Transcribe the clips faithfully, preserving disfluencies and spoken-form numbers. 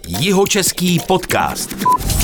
Jihočeský podcast.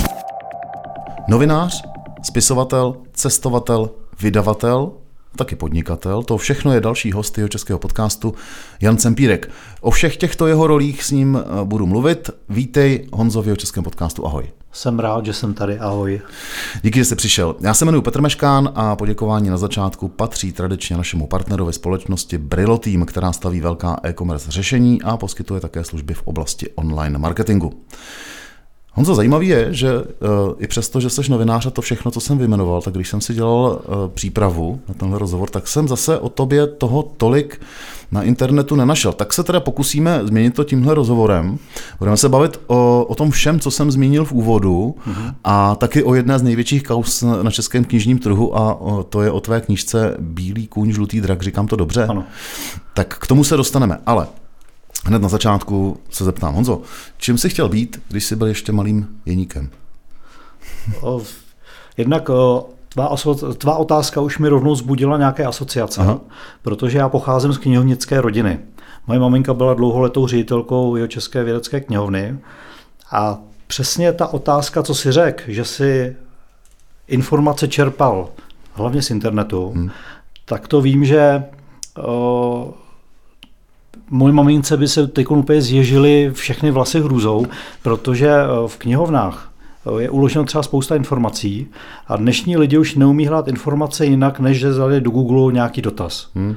Novinář, spisovatel, cestovatel, vydavatel, taky podnikatel, to všechno je další host Jihočeského podcastu Jan Cempírek. O všech těchto jeho rolích s ním budu mluvit. Vítej, Honzo, v Jihočeském podcastu, ahoj. Jsem rád, že jsem tady, ahoj. Díky, že jsi přišel. Já se jmenuji Petr Meškán a poděkování na začátku patří tradičně našemu partnerovi společnosti Brillo Team, která staví velká e-commerce řešení a poskytuje také služby v oblasti online marketingu. Honzo, zajímavý je, že uh, i přesto, že jsi novinář a to všechno, co jsem vyjmenoval, tak když jsem si dělal uh, přípravu na tenhle rozhovor, tak jsem zase o tobě toho tolik na internetu nenašel. Tak se teda pokusíme změnit to tímhle rozhovorem. Budeme se bavit o, o tom všem, co jsem zmínil v úvodu, mm-hmm. a taky o jedné z největších kauz na českém knižním trhu, a o, to je o tvé knížce Bílý kůň, žlutý drak, říkám to dobře? Ano. Tak k tomu se dostaneme, ale hned na začátku se zeptám, Honzo, čím jsi chtěl být, když jsi byl ještě malým jeníkem? O, jednak o, tvá, aso, tvá otázka už mi rovnou vzbudila nějaké asociace, Aha. protože já pocházím z knihovnické rodiny. Moje maminka byla dlouholetou ředitelkou Jihočeské vědecké knihovny a přesně ta otázka, co si řekl, že si informace čerpal hlavně z internetu, hmm. tak to vím, že o, moje mamince by se teď úplně zježily všechny vlasy hrůzou, protože v knihovnách je uloženo třeba spousta informací a dnešní lidi už neumí hledat informace jinak, než že zadali do Google nějaký dotaz. Hmm.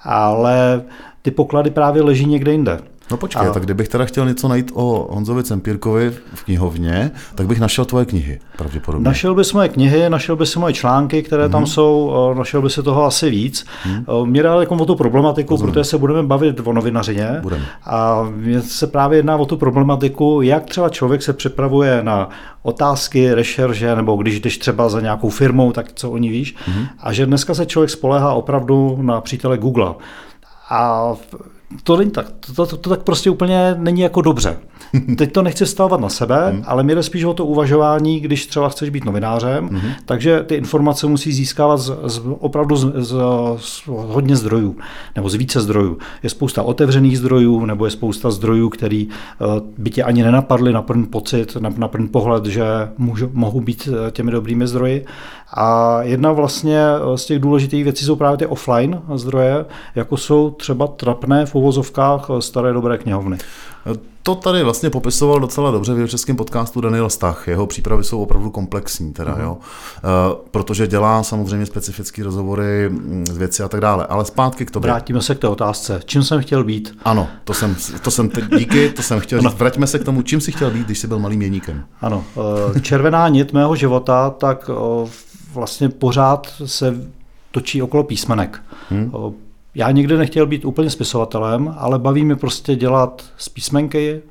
Ale ty poklady právě leží někde jinde. No počkej, a... tak kdybych teda chtěl něco najít o Honzovi Cempírkovi v knihovně, tak bych našel tvoje knihy, pravděpodobně. Našel bys moje knihy, našel bys moje články, které mm-hmm. tam jsou, našel bys se toho asi víc. Mm-hmm. Mě dá jako o tu problematiku, Rozumím. Protože se budeme bavit o novinařině. Budeme. A mě se právě jedná o tu problematiku, jak třeba člověk se připravuje na otázky, rešerže, nebo když jdeš třeba za nějakou firmou, tak co o ní víš. Mm-hmm. A že dneska se člověk spoléhá opravdu na přítele Google. A to není tak, to, to, to tak prostě úplně není jako dobře. Teď to nechci stávat na sebe, mm. ale mě jde spíš o to uvažování, když třeba chceš být novinářem, mm. takže ty informace musí získávat z, z, opravdu z, z, z hodně zdrojů, nebo z více zdrojů. Je spousta otevřených zdrojů, nebo je spousta zdrojů, který by tě ani nenapadly na první pocit, na, na první pohled, že můžu, mohou být těmi dobrými zdroji. A jedna vlastně z těch důležitých věcí jsou právě ty offline zdroje, jako jsou třeba trapné v uvozovkách staré dobré knihovny. To tady vlastně popisoval docela dobře v Jihočeském podcastu Daniel Stach. Jeho přípravy jsou opravdu komplexní, teda, uh-huh. jo. E, protože dělá samozřejmě specifické rozhovory z věci a tak dále. Ale zpátky k tobě. Vrátíme se k té otázce. Čím jsem chtěl být? Ano, to jsem, to jsem teď, díky, to jsem chtěl říct. Vraťme se k tomu, čím jsi chtěl být, když jsi byl malým jeníkem. Ano, červená nit mého života, tak vlastně pořád se točí okolo písmenek. Hmm. Já nikdy nechtěl být úplně spisovatelem, ale baví mě prostě dělat z písmenky,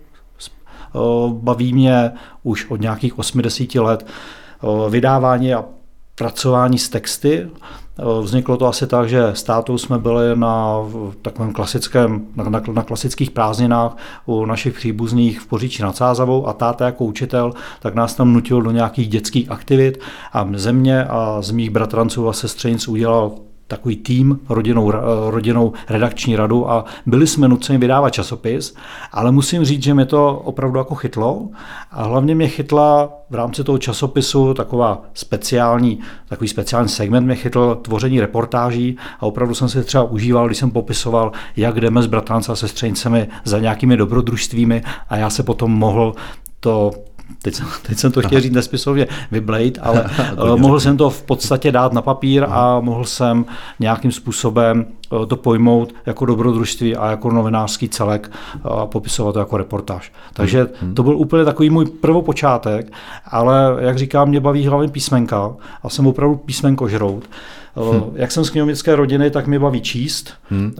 baví mě už od nějakých osmdesáti let vydávání a pracování s texty. Vzniklo to asi tak, že s tátou jsme byli na takovém klasickém, na, na, na klasických prázdninách u našich příbuzných v Poříčí nad Sázavou a táta jako učitel, tak nás tam nutil do nějakých dětských aktivit a ze mě a z mých bratranců a sestřenic udělal takový tým, rodinnou, rodinnou redakční radu a byli jsme nuceni vydávat časopis, ale musím říct, že mě to opravdu jako chytlo a hlavně mě chytla v rámci toho časopisu taková speciální, takový speciální segment mě chytl tvoření reportáží a opravdu jsem si třeba užíval, když jsem popisoval, jak jdeme s bratranci a sestřenicemi za nějakými dobrodružstvími a já se potom mohl to Teď jsem, teď jsem to chtěl říct nespisovně vyblejt, ale mohl jsem to v podstatě dát na papír a mohl jsem nějakým způsobem to pojmout jako dobrodružství a jako novinářský celek a popisovat to jako reportáž. Takže to byl úplně takový můj prvopočátek, ale jak říkám, mě baví hlavně písmenka a jsem opravdu písmenkožrout. Hmm. Jak jsem z knihovnické rodiny, tak mě baví číst. Hmm.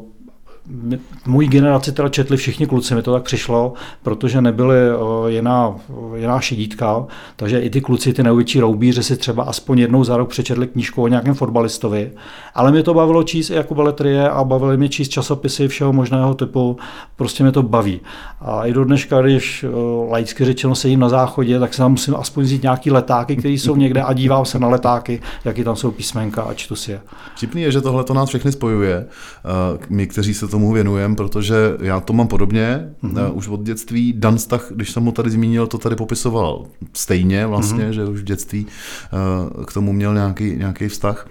Mojí generaci teda četli všichni kluci, mi to tak přišlo, protože nebyly jiná, jiná šidítka, takže i ty kluci, ty největší roubíři si třeba aspoň jednou za rok přečetli knížku o nějakém fotbalistovi, ale mě to bavilo číst i jako beletrie a bavily mě číst časopisy všeho možného typu, prostě mě to baví. A i do dneška, když laicky řečeno sedím na záchodě, tak se tam musím aspoň vzít nějaký letáky, které jsou někde a dívám se na letáky, jaký tam jsou písmenka a čtu si je. Vtipný je, že tohle to nás všechny spojuje, my, kteří se tomu tomu věnujeme, protože já to mám podobně, mm-hmm. už od dětství. Dan Stach, když jsem mu tady zmínil, to tady popisoval stejně vlastně, mm-hmm. že už v dětství k tomu měl nějaký, nějaký vztah.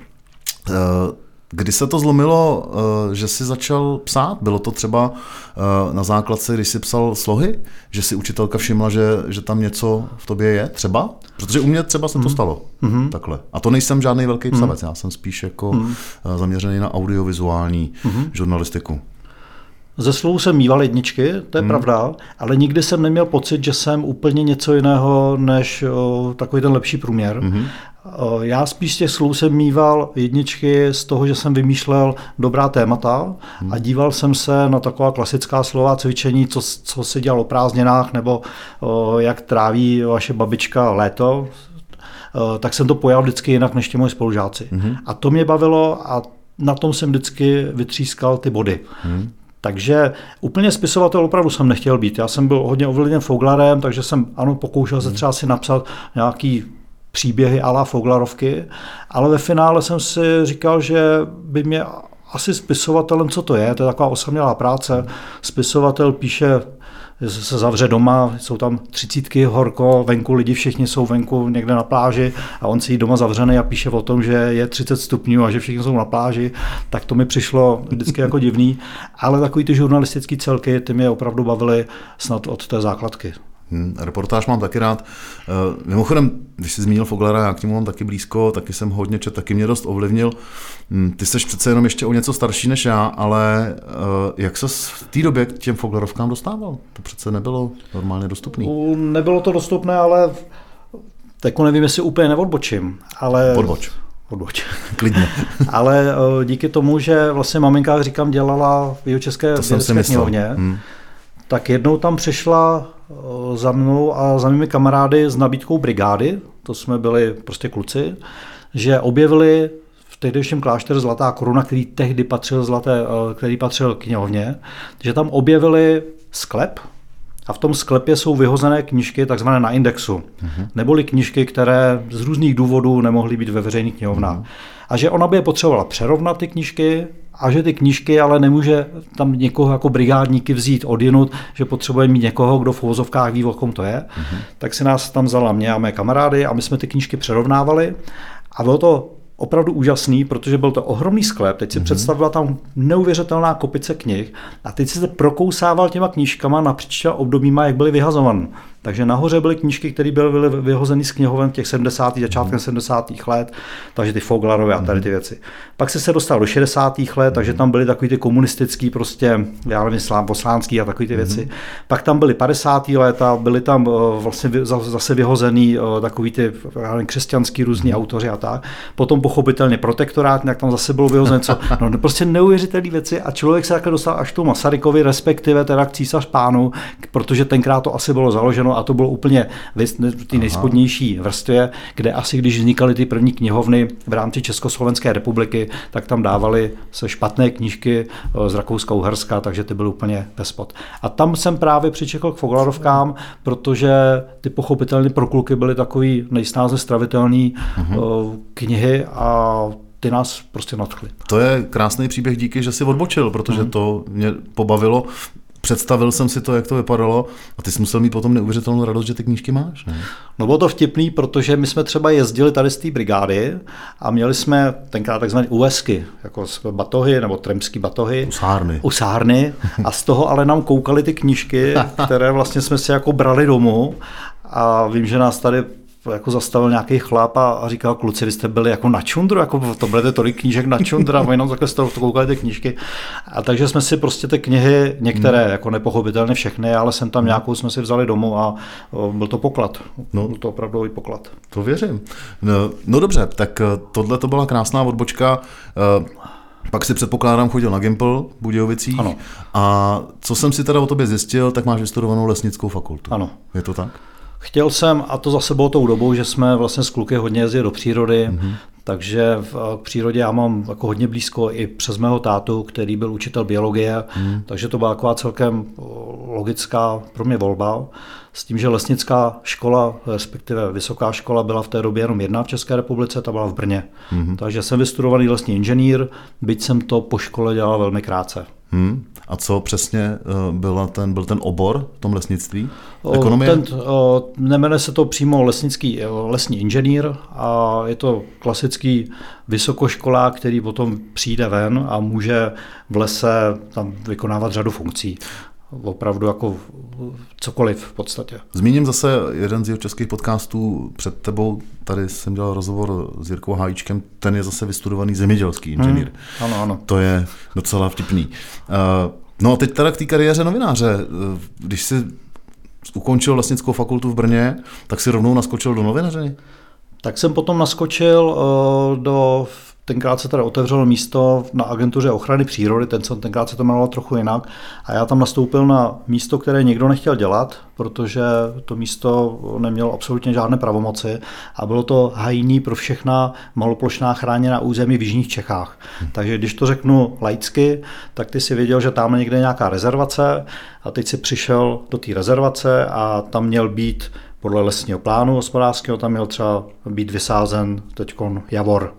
Kdy se to zlomilo, že jsi začal psát? Bylo to třeba na základce, když jsi psal slohy? Že si učitelka všimla, že, že tam něco v tobě je? Třeba? Protože u mě třeba se to stalo. Mm-hmm. Takhle. A to nejsem žádný velký psavec. Já jsem spíš jako mm-hmm. zaměřený na audiovizuální mm-hmm. žurnalistiku. Ze slovu jsem mýval jedničky, to je hmm. pravda, ale nikdy jsem neměl pocit, že jsem úplně něco jiného než o, takový ten lepší průměr. Hmm. O, já spíš z těch slov jsem mýval jedničky z toho, že jsem vymýšlel dobrá témata hmm. a díval jsem se na taková klasická slova cvičení, co, co se dělalo o prázdninách nebo o, jak tráví vaše babička léto, o, tak jsem to pojal vždycky jinak než ti moji spolužáci. Hmm. A to mě bavilo a na tom jsem vždycky vytřískal ty body. Hmm. Takže úplně spisovatel opravdu jsem nechtěl být. Já jsem byl hodně ovlivněn Foglarem, takže jsem ano, pokoušel se třeba si napsat nějaký příběhy a la Foglarovky, ale ve finále jsem si říkal, že by mě asi spisovatelem, co to je, to je taková osamělá práce. Spisovatel píše, se zavře doma, jsou tam třicítky, horko, venku lidi všichni jsou venku někde na pláži a on si jí doma zavřený a píše o tom, že je třicet stupňů a že všichni jsou na pláži, tak to mi přišlo vždycky jako divný, ale takový ty žurnalistický celky, ty mě opravdu bavily snad od té základky. Hmm, reportáž mám taky rád. Mimochodem, když jsi zmínil Foglera, já k němu mám taky blízko, taky jsem hodně čet, taky mě dost ovlivnil. Ty jsi přece jenom ještě o něco starší než já, ale jak ses v té době k těm Foglerovkám dostával? To přece nebylo normálně dostupné. Nebylo to dostupné, ale tak nevím, jestli úplně neodbočím. Ale... Odboč. Odboč. Klidně. Ale díky tomu, že vlastně maminka, jak říkám, dělala v Jihočeské vědecké knihovně, hmm. tak jednou tam přišla za mnou a za mými kamarády s nabídkou brigády, to jsme byli prostě kluci, že objevili v tehdejším klášteře Zlatá koruna, který tehdy patřil, zlaté, který patřil knihovně, že tam objevili sklep a v tom sklepě jsou vyhozené knížky takzvané na indexu, uh-huh. neboli knížky, které z různých důvodů nemohly být ve veřejných knihovnách. Uh-huh. A že ona by je potřebovala přerovnat ty knížky, a že ty knížky ale nemůže tam někoho jako brigádníky vzít odjinud, že potřebuje mít někoho, kdo v uvozovkách ví, o kom to je. Mm-hmm. Tak si nás tam vzala mě a mé kamarády a my jsme ty knížky přerovnávali a bylo to opravdu úžasný, protože byl to ohromný sklep, teď si mm-hmm. představila tam neuvěřitelná kopice knih a teď si se prokousával těma knížkama napříč obdobíma, jak byly vyhazované. Takže nahoře byly knížky, které byly vyhozeny z knihoven v těch sedmdesátých začátkem mm. sedmdesátých let, takže ty Foglarové a tady ty věci. Pak se se dostal do šedesátých let, takže tam byly takový ty komunistický prostě, já nevím, slánský a takový ty věci. Mm. Pak tam byly padesátá léta, byly tam uh, vlastně zase vyhozený uh, takový ty já nevím, křesťanský různí mm. autoři a tak. Potom pochopitelně protektorát, jak tam zase bylo vyhozené, co, no prostě neuvěřitelné věci a člověk se takhle dostal až k tomu Masarykovi, respektive teda k Císař pánu, protože tenkrát to asi bylo založeno a to bylo úplně v té nejspodnější vrstvě, kde asi když vznikaly ty první knihovny v rámci Československé republiky, tak tam dávali se špatné knížky z Rakouska-Uherska, takže ty byly úplně vespod. A tam jsem právě přičekl k Foglarovkám, protože ty pochopitelně pro kluky byly takový nejsnáze stravitelný uh-huh. knihy a ty nás prostě nadchly. To je krásný příběh, díky, že jsi odbočil, protože uh-huh. to mě pobavilo. Představil jsem si to, jak to vypadalo a ty jsi musel mít potom neuvěřitelnou radost, že ty knížky máš, ne? No bylo to vtipný, protože my jsme třeba jezdili tady z té brigády a měli jsme tenkrát takzvané úesky, jako batohy nebo tremský batohy. Usárny. Usárny a z toho ale nám koukaly ty knížky, které vlastně jsme si jako brali domů a vím, že nás tady jako zastavil nějaký chlap a, a říkal, kluci, vy jste byli jako na čundru, jako to budete tolik knížek na čundru a jenom takhle jste to koukali ty knížky. A takže jsme si prostě ty knihy, některé, hmm. jako nepochopitelně všechny, ale jsem tam nějakou jsme si vzali domů a o, byl to poklad. No, byl to opravdový poklad. To věřím. No, no dobře, tak tohle to byla krásná odbočka. Pak si předpokládám chodil na Gimpl v Budějovicích. Ano. A co jsem si teda o tobě zjistil, tak máš vystudovanou lesnickou fakultu. Ano. Je to tak? Chtěl jsem, a to zase bylo tou dobou, že jsme vlastně s kluky hodně jezdili do přírody, mm-hmm. takže v k přírodě já mám jako hodně blízko i přes mého tátu, který byl učitel biologie, mm. takže to byla taková celkem logická pro mě volba. S tím, že lesnická škola, respektive vysoká škola byla v té době jenom jedna v České republice, ta byla v Brně. Mm-hmm. Takže jsem vystudovaný lesní inženýr, byť jsem to po škole dělal velmi krátce. Hmm. A co přesně byla ten, byl ten obor v tom lesnictví? Ekonomie? Ten, nemenuje se to přímo lesnický, lesní inženýr a je to klasický vysokoškolák, který potom přijde ven a může v lese tam vykonávat řadu funkcí. Opravdu jako cokoliv v podstatě. Zmíním zase jeden z jeho českých podcastů před tebou, tady jsem dělal rozhovor s Jirkou Hájíčkem, ten je zase vystudovaný zemědělský inženýr. Hmm, ano, ano. To je docela vtipný. No a teď teda k té kariéře novináře. Když jsi ukončil lesnickou fakultu v Brně, tak si rovnou naskočil do novinařiny? Tak jsem potom naskočil do... Tenkrát se teda otevřelo místo na agentuře ochrany přírody, ten jsem tenkrát se to jmenoval trochu jinak a já tam nastoupil na místo, které nikdo nechtěl dělat, protože to místo nemělo absolutně žádné pravomoci a bylo to hajný pro všechna maloplošná chráněná území v jižních Čechách. Takže když to řeknu laicky, tak ty si věděl, že tam je někde nějaká rezervace a teď si přišel do té rezervace a tam měl být podle lesního plánu hospodářského, tam měl třeba být vysázen teďkon javor.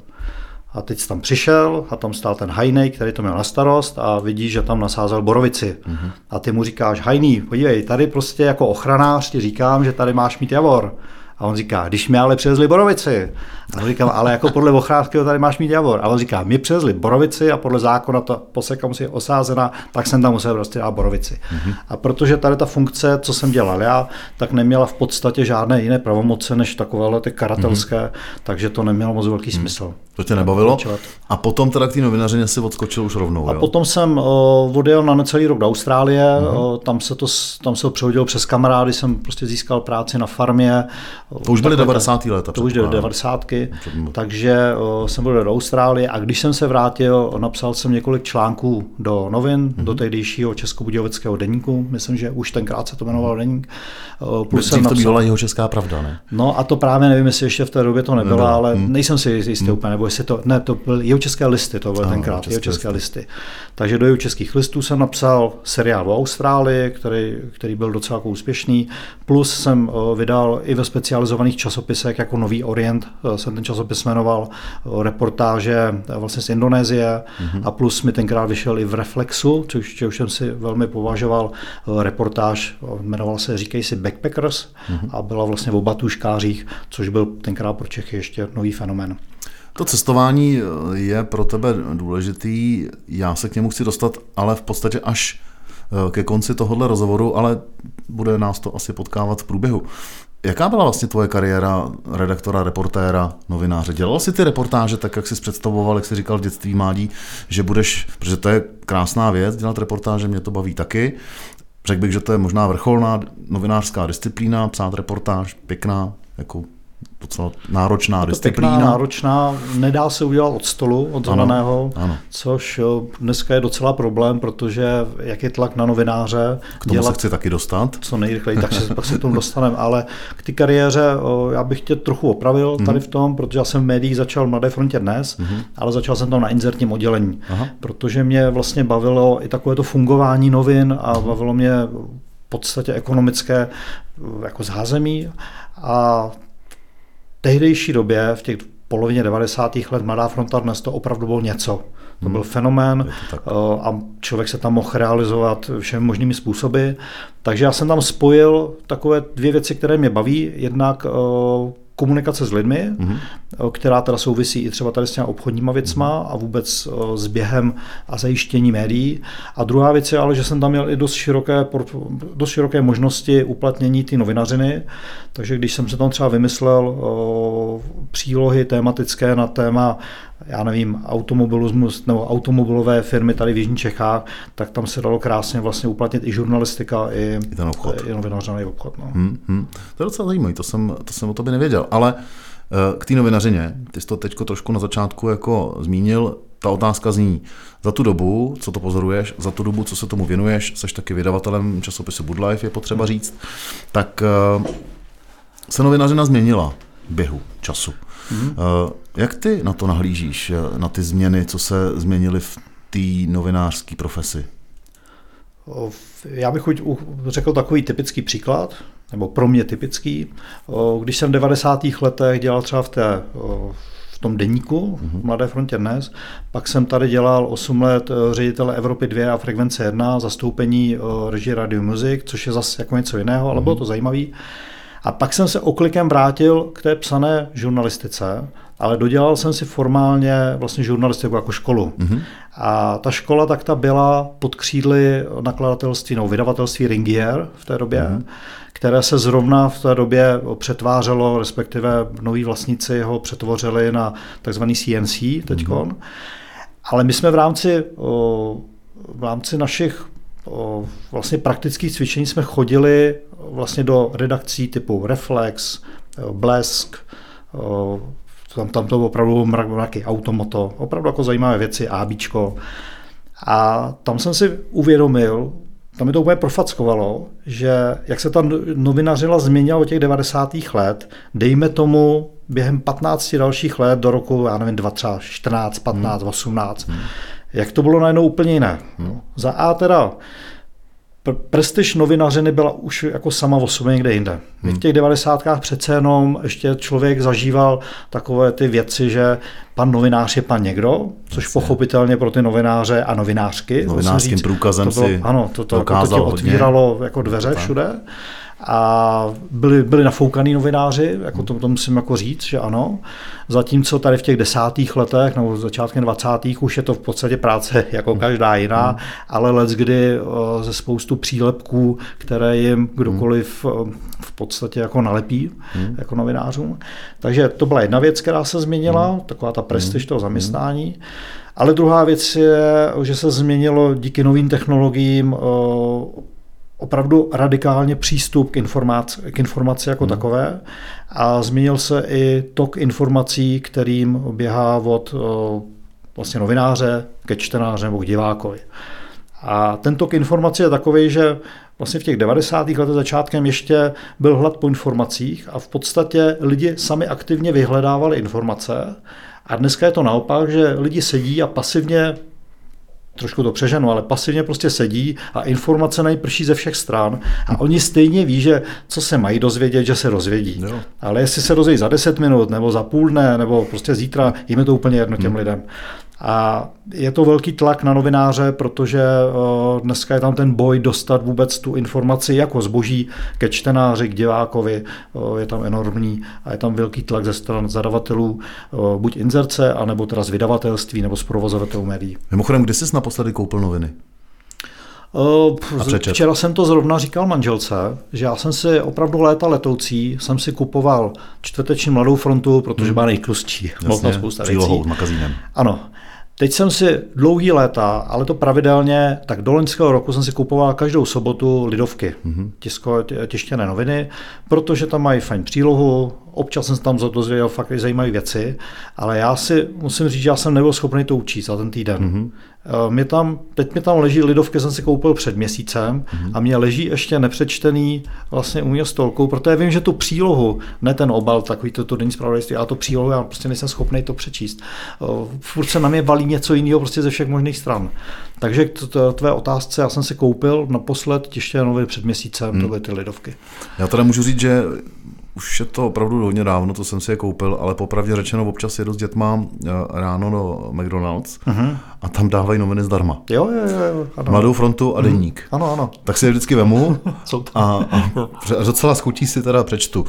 A teď jsi tam přišel a tam stál ten hajnej, který to měl na starost a vidí, že tam nasázel borovici. Mm-hmm. A ty mu říkáš, hajný, podívej, tady prostě jako ochranář ti říkám, že tady máš mít javor. A on říká, když mi ale přivezli borovici. A on říkám, ale jako podle ochrářského tady máš mít javor. A on říká, mi přivezli borovici a podle zákona ta poseka musí je osázena, tak jsem tam musel prostě dát borovici. Mm-hmm. A protože tady ta funkce, co jsem dělal já, tak neměla v podstatě žádné jiné pravomoce než takovéhle ty karatelské, mm-hmm. takže to nemělo moc velký mm-hmm. smysl. To tě nebavilo? A potom teda k té novinařině si odskočil už rovnou, A jo? potom jsem uh, odjel na necelý rok do Austrálie, mm-hmm. uh, tam se to tam se to přehodilo přes kamarády, jsem prostě získal práci na farmě. To už byly devadesátá léta. To už byly devadesátky, takže uh, jsem byl do Austrálie a když jsem se vrátil, napsal jsem několik článků do novin, mm-hmm. do tehdejšího Českobudějovického deníku, myslím, že už tenkrát se to jmenovalo deník. Uh, plus jsem napsal... to bývala Jihočeská pravda, ne? No a to právě nevím, jestli ještě v té době to nebylo, Nebylo. ale mm. nejsem si jistý mm. úplně, nebo jestli to, ne, to byly Jihočeské listy, to byly Aha, tenkrát, české Jihočeské listy. listy. Takže do Jihočeských listů jsem napsal seriál o Austrálii, který, který byl docela jako úspěšný, plus jsem uh, vydal i ve specializovaných časopisech, jako Nový Orient, uh, jsem ten časopis jmenoval, uh, reportáže uh, vlastně z Indonésie mm-hmm. a plus mi tenkrát vyšel i v Reflexu, což, což jsem si velmi považoval, uh, reportáž, uh, jmenoval se Říkej si Backpackers mm-hmm. a byla vlastně o batuškářích, což byl tenkrát pro Čechy ještě nový fenomén. To cestování je pro tebe důležitý, já se k němu chci dostat, ale v podstatě až ke konci tohohle rozhovoru, ale bude nás to asi potkávat v průběhu. Jaká byla vlastně tvoje kariéra redaktora, reportéra, novináře? Dělal jsi ty reportáže tak, jak jsi představoval, jak jsi říkal v dětství mládí, že budeš, protože to je krásná věc, dělat reportáže, mě to baví taky. Řekl bych, že to je možná vrcholná novinářská disciplína, psát reportáž, pěkná, jako docela náročná disciplína. Pěkná, náročná, nedá se udělat od stolu, od zeleného, což dneska je docela problém, protože jak je tlak na novináře. K tomu dělat, se chci taky dostat. Co nejrychleji, tak se pak se k tomu dostaneme, ale k té kariéře já bych tě trochu opravil tady mm. v tom, protože já jsem v médiích začal v Mladé frontě Dnes, mm. ale začal jsem tam na inzertním oddělení, Aha. protože mě vlastně bavilo i takové to fungování novin a mm. bavilo mě v podstatě ekonomické jako zázemí a v tehdejší době, v těch polovině devadesátých let Mladá fronta Dnes to opravdu bylo něco. To hmm. byl fenomén to a člověk se tam mohl realizovat všemi možnými způsoby. Takže já jsem tam spojil takové dvě věci, které mě baví. Jednak komunikace s lidmi, mm-hmm. která teda souvisí i třeba tady s těma obchodníma věcma a vůbec s během a zajištění médií. A druhá věc je ale, že jsem tam měl i dost široké, dost široké možnosti uplatnění ty novinařiny, takže když jsem se tam třeba vymyslel o, přílohy tematické na téma, já nevím, automobilismus nebo automobilové firmy tady v jižních Čechách, tak tam se dalo krásně vlastně uplatnit i žurnalistika, i, I ten obchod. I novinařiny obchod. No. Hmm, hmm. To je docela zajímavé, to jsem, to jsem o tobě nevěděl, ale k té novinařině, ty jsi to teďko trošku na začátku jako zmínil, ta otázka zní, za tu dobu, co to pozoruješ, za tu dobu, co se tomu věnuješ, seš taky vydavatelem časopisu Budlife, je potřeba říct, tak se novinařina změnila v běhu času. Hmm. Jak ty na to nahlížíš, na ty změny, co se změnily v té novinářské profesi? Já bych řekl takový typický příklad, nebo pro mě typický. Když jsem v devadesátých letech dělal třeba v té, v tom deníku, v Mladé frontě dnes. Pak jsem tady dělal osm let ředitele Evropy dva a Frekvence jedna, zastoupení režie Radio Music, což je zase jako něco jiného, ale bylo to zajímavý. A pak jsem se oklikem vrátil k té psané žurnalistice, ale dodělal jsem si formálně vlastně žurnalistiku jako školu. Mm-hmm. A ta škola tak ta byla pod křídly nakladatelství nebo vydavatelství Ringier v té době, mm-hmm. které se zrovna v té době přetvářelo, respektive noví vlastníci ho přetvořili na takzvaný C N C teďkon. Mm-hmm. Ale my jsme v rámci, v rámci našich vlastně praktických cvičení jsme chodili vlastně do redakcí typu Reflex, Blesk, tam, tam to opravdu mraky Automoto, opravdu jako zajímavé věci, ABčko. A tam jsem si uvědomil, tam mi to úplně profackovalo, že jak se ta novinařina změnila od těch devadesátých let, dejme tomu během patnácti dalších let do roku, já nevím, dva, třeba čtrnáct, patnáct, osmnáct, hmm. jak to bylo najednou úplně jiné. Hmm. Za A teda pr- prestiž novinařiny byla už jako sama o sobě někde jinde. Hmm. V těch devadesátkách přece jenom ještě člověk zažíval takové ty věci, že pan novinář je pan někdo, což Jasně. pochopitelně pro ty novináře a novinářky. Novinářským říct, průkazem to bylo, si ano, to, to, jako to tě otvíralo jako dveře všude. A byli, byli nafoukaný novináři, jako to, to musím jako říct, že ano. Zatímco tady v těch desátých letech nebo začátkem dvacátých už je to v podstatě práce jako každá jiná, hmm. ale leckdy ze spoustu přílepků, které jim kdokoliv v podstatě jako nalepí hmm. jako novinářům. Takže to byla jedna věc, která se změnila, hmm. taková ta prestiž toho zaměstnání. Ale druhá věc je, že se změnilo díky novým technologiím opravdu radikálně přístup k informaci, k informaci jako hmm. takové a změnil se i tok informací, kterým běhá od o, vlastně novináře ke čtenáře nebo k divákovi. A ten tok informací je takový, že vlastně v těch devadesátých letech začátkem ještě byl hlad po informacích a v podstatě lidi sami aktivně vyhledávali informace a dneska je to naopak, že lidi sedí a pasivně trošku to přeženu, ale pasivně prostě sedí a informace nejprší ze všech stran a oni stejně ví, že co se mají dozvědět, že se dozvědí. Jo. Ale jestli se dozvědí za deset minut, nebo za půl dne, nebo prostě zítra, jim je to úplně jedno těm hmm. lidem. A je to velký tlak na novináře, protože uh, dneska je tam ten boj dostat vůbec tu informaci jako zboží ke čtenáři, k divákovi, uh, je tam enormní a je tam velký tlak ze stran zadavatelů, uh, buď inzerce, anebo teda z vydavatelství, nebo z provozovatelů médií. Mimochodem, kdy jsi naposledy koupil noviny? Uh, včera jsem to zrovna říkal manželce, že já jsem si opravdu léta letoucí, jsem si kupoval čtvrteční Mladou frontu, protože hmm. byla nejtlustší. Jasně, přílohou s magazínem. Ano. Teď jsem si dlouhý léta, ale to pravidelně, tak do loňského roku jsem si kupoval každou sobotu Lidovky, mm-hmm. tisko, tištěné noviny, protože tam mají fajn přílohu, občas jsem tam dozvěděl fakt zajímavé věci, ale já si musím říct, že já jsem nebyl schopný to učit za ten týden. Mm-hmm. Mě tam, teď mi tam leží Lidovky, jsem si koupil před měsícem mm-hmm. a mě leží ještě nepřečtený vlastně u mě stolkou, protože vím, že tu přílohu, ne ten obal, takový to, to denní zpravodajství, ale to přílohu já prostě nejsem schopný to přečíst. Furt se na mě valí něco jiného prostě ze všech možných stran. Takže k tvé otázce, já jsem si koupil naposled tištěné noviny před měsícem, mm. to byly ty Lidovky. Já teda můžu říct, že už je to opravdu hodně dávno, to jsem si je koupil, ale popravdě řečeno občas jedu s dětma ráno do McDonald's uh-huh. a tam dávají noviny zdarma. Jo, jo, jo. Ano. Mladou frontu a deník. Uh-huh. Ano, ano. Tak si je vždycky vemu a, a docela s chutí si teda přečtu.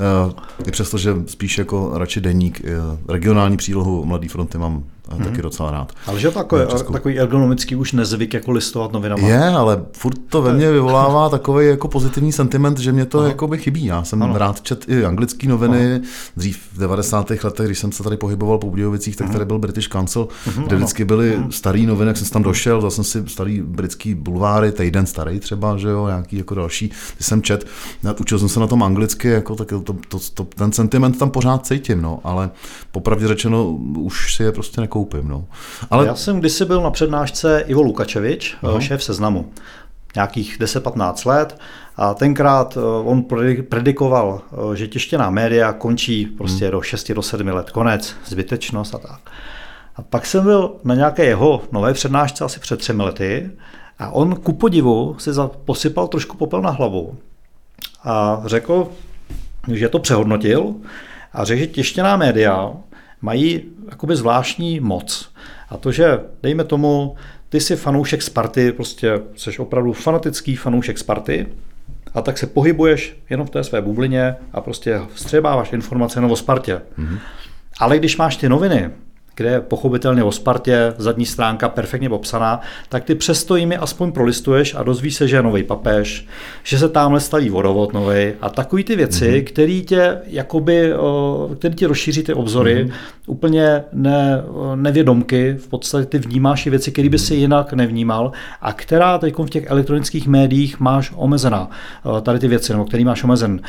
I přesto, že spíš jako radši deník. Regionální přílohu Mladé fronty mám hmm. taky docela rád. Ale že takový, takový ergonomický už nezvyk jako listovat novinama. Je, ale furt to ve mně vyvolává takový jako pozitivní sentiment, že mě to jako by chybí. Já jsem ano. rád čet i anglické noviny. Ano. Dřív v devadesátých letech, když jsem se tady pohyboval po Budějovicích, tak tady byl British Council, hmm. kde vždycky byly hmm. starý noviny, jak jsem tam došel, zase jsem si starý britský bulváry, týden starý třeba, že jo, nějaký jako další, ty jsem čet. Učil jsem se na tom anglicky, jako tak to, to, to, ten sentiment tam pořád cítím, no, ale popravdě řečeno už si je prostě nekoupím, no. Ale já jsem kdysi byl na přednášce Ivo Lukačevič, uh-huh. šéf Seznamu, nějakých deset patnáct let a tenkrát on predikoval, že tištěná média končí prostě uh-huh. do šesti do sedmi let, konec, zbytečnost a tak. A pak jsem byl na nějaké jeho nové přednášce asi před třemi lety a on ku podivu si posypal trošku popel na hlavu a řekl, že to přehodnotil a řekl, že tištěná média mají jakoby zvláštní moc. A to, že dejme tomu, ty jsi fanoušek Sparty, prostě jsi opravdu fanatický fanoušek Sparty, a tak se pohybuješ jenom v té své bublině a prostě vstřebáváš informace jenom o Spartě. Mm-hmm. Ale když máš ty noviny, kde je pochopitelně o Spartě, zadní stránka perfektně popsaná, tak ty přesto jimi aspoň prolistuješ a dozvíš se, že je novej papež, že se tamhle staví vodovod novej a takový ty věci, mm-hmm. který tě jakoby, který ti rozšíří ty obzory, mm-hmm. úplně ne, nevědomky, v podstatě ty vnímáš i věci, které by si jinak nevnímal a která teď v těch elektronických médiích máš omezená. Tady ty věci, nebo který máš omezen.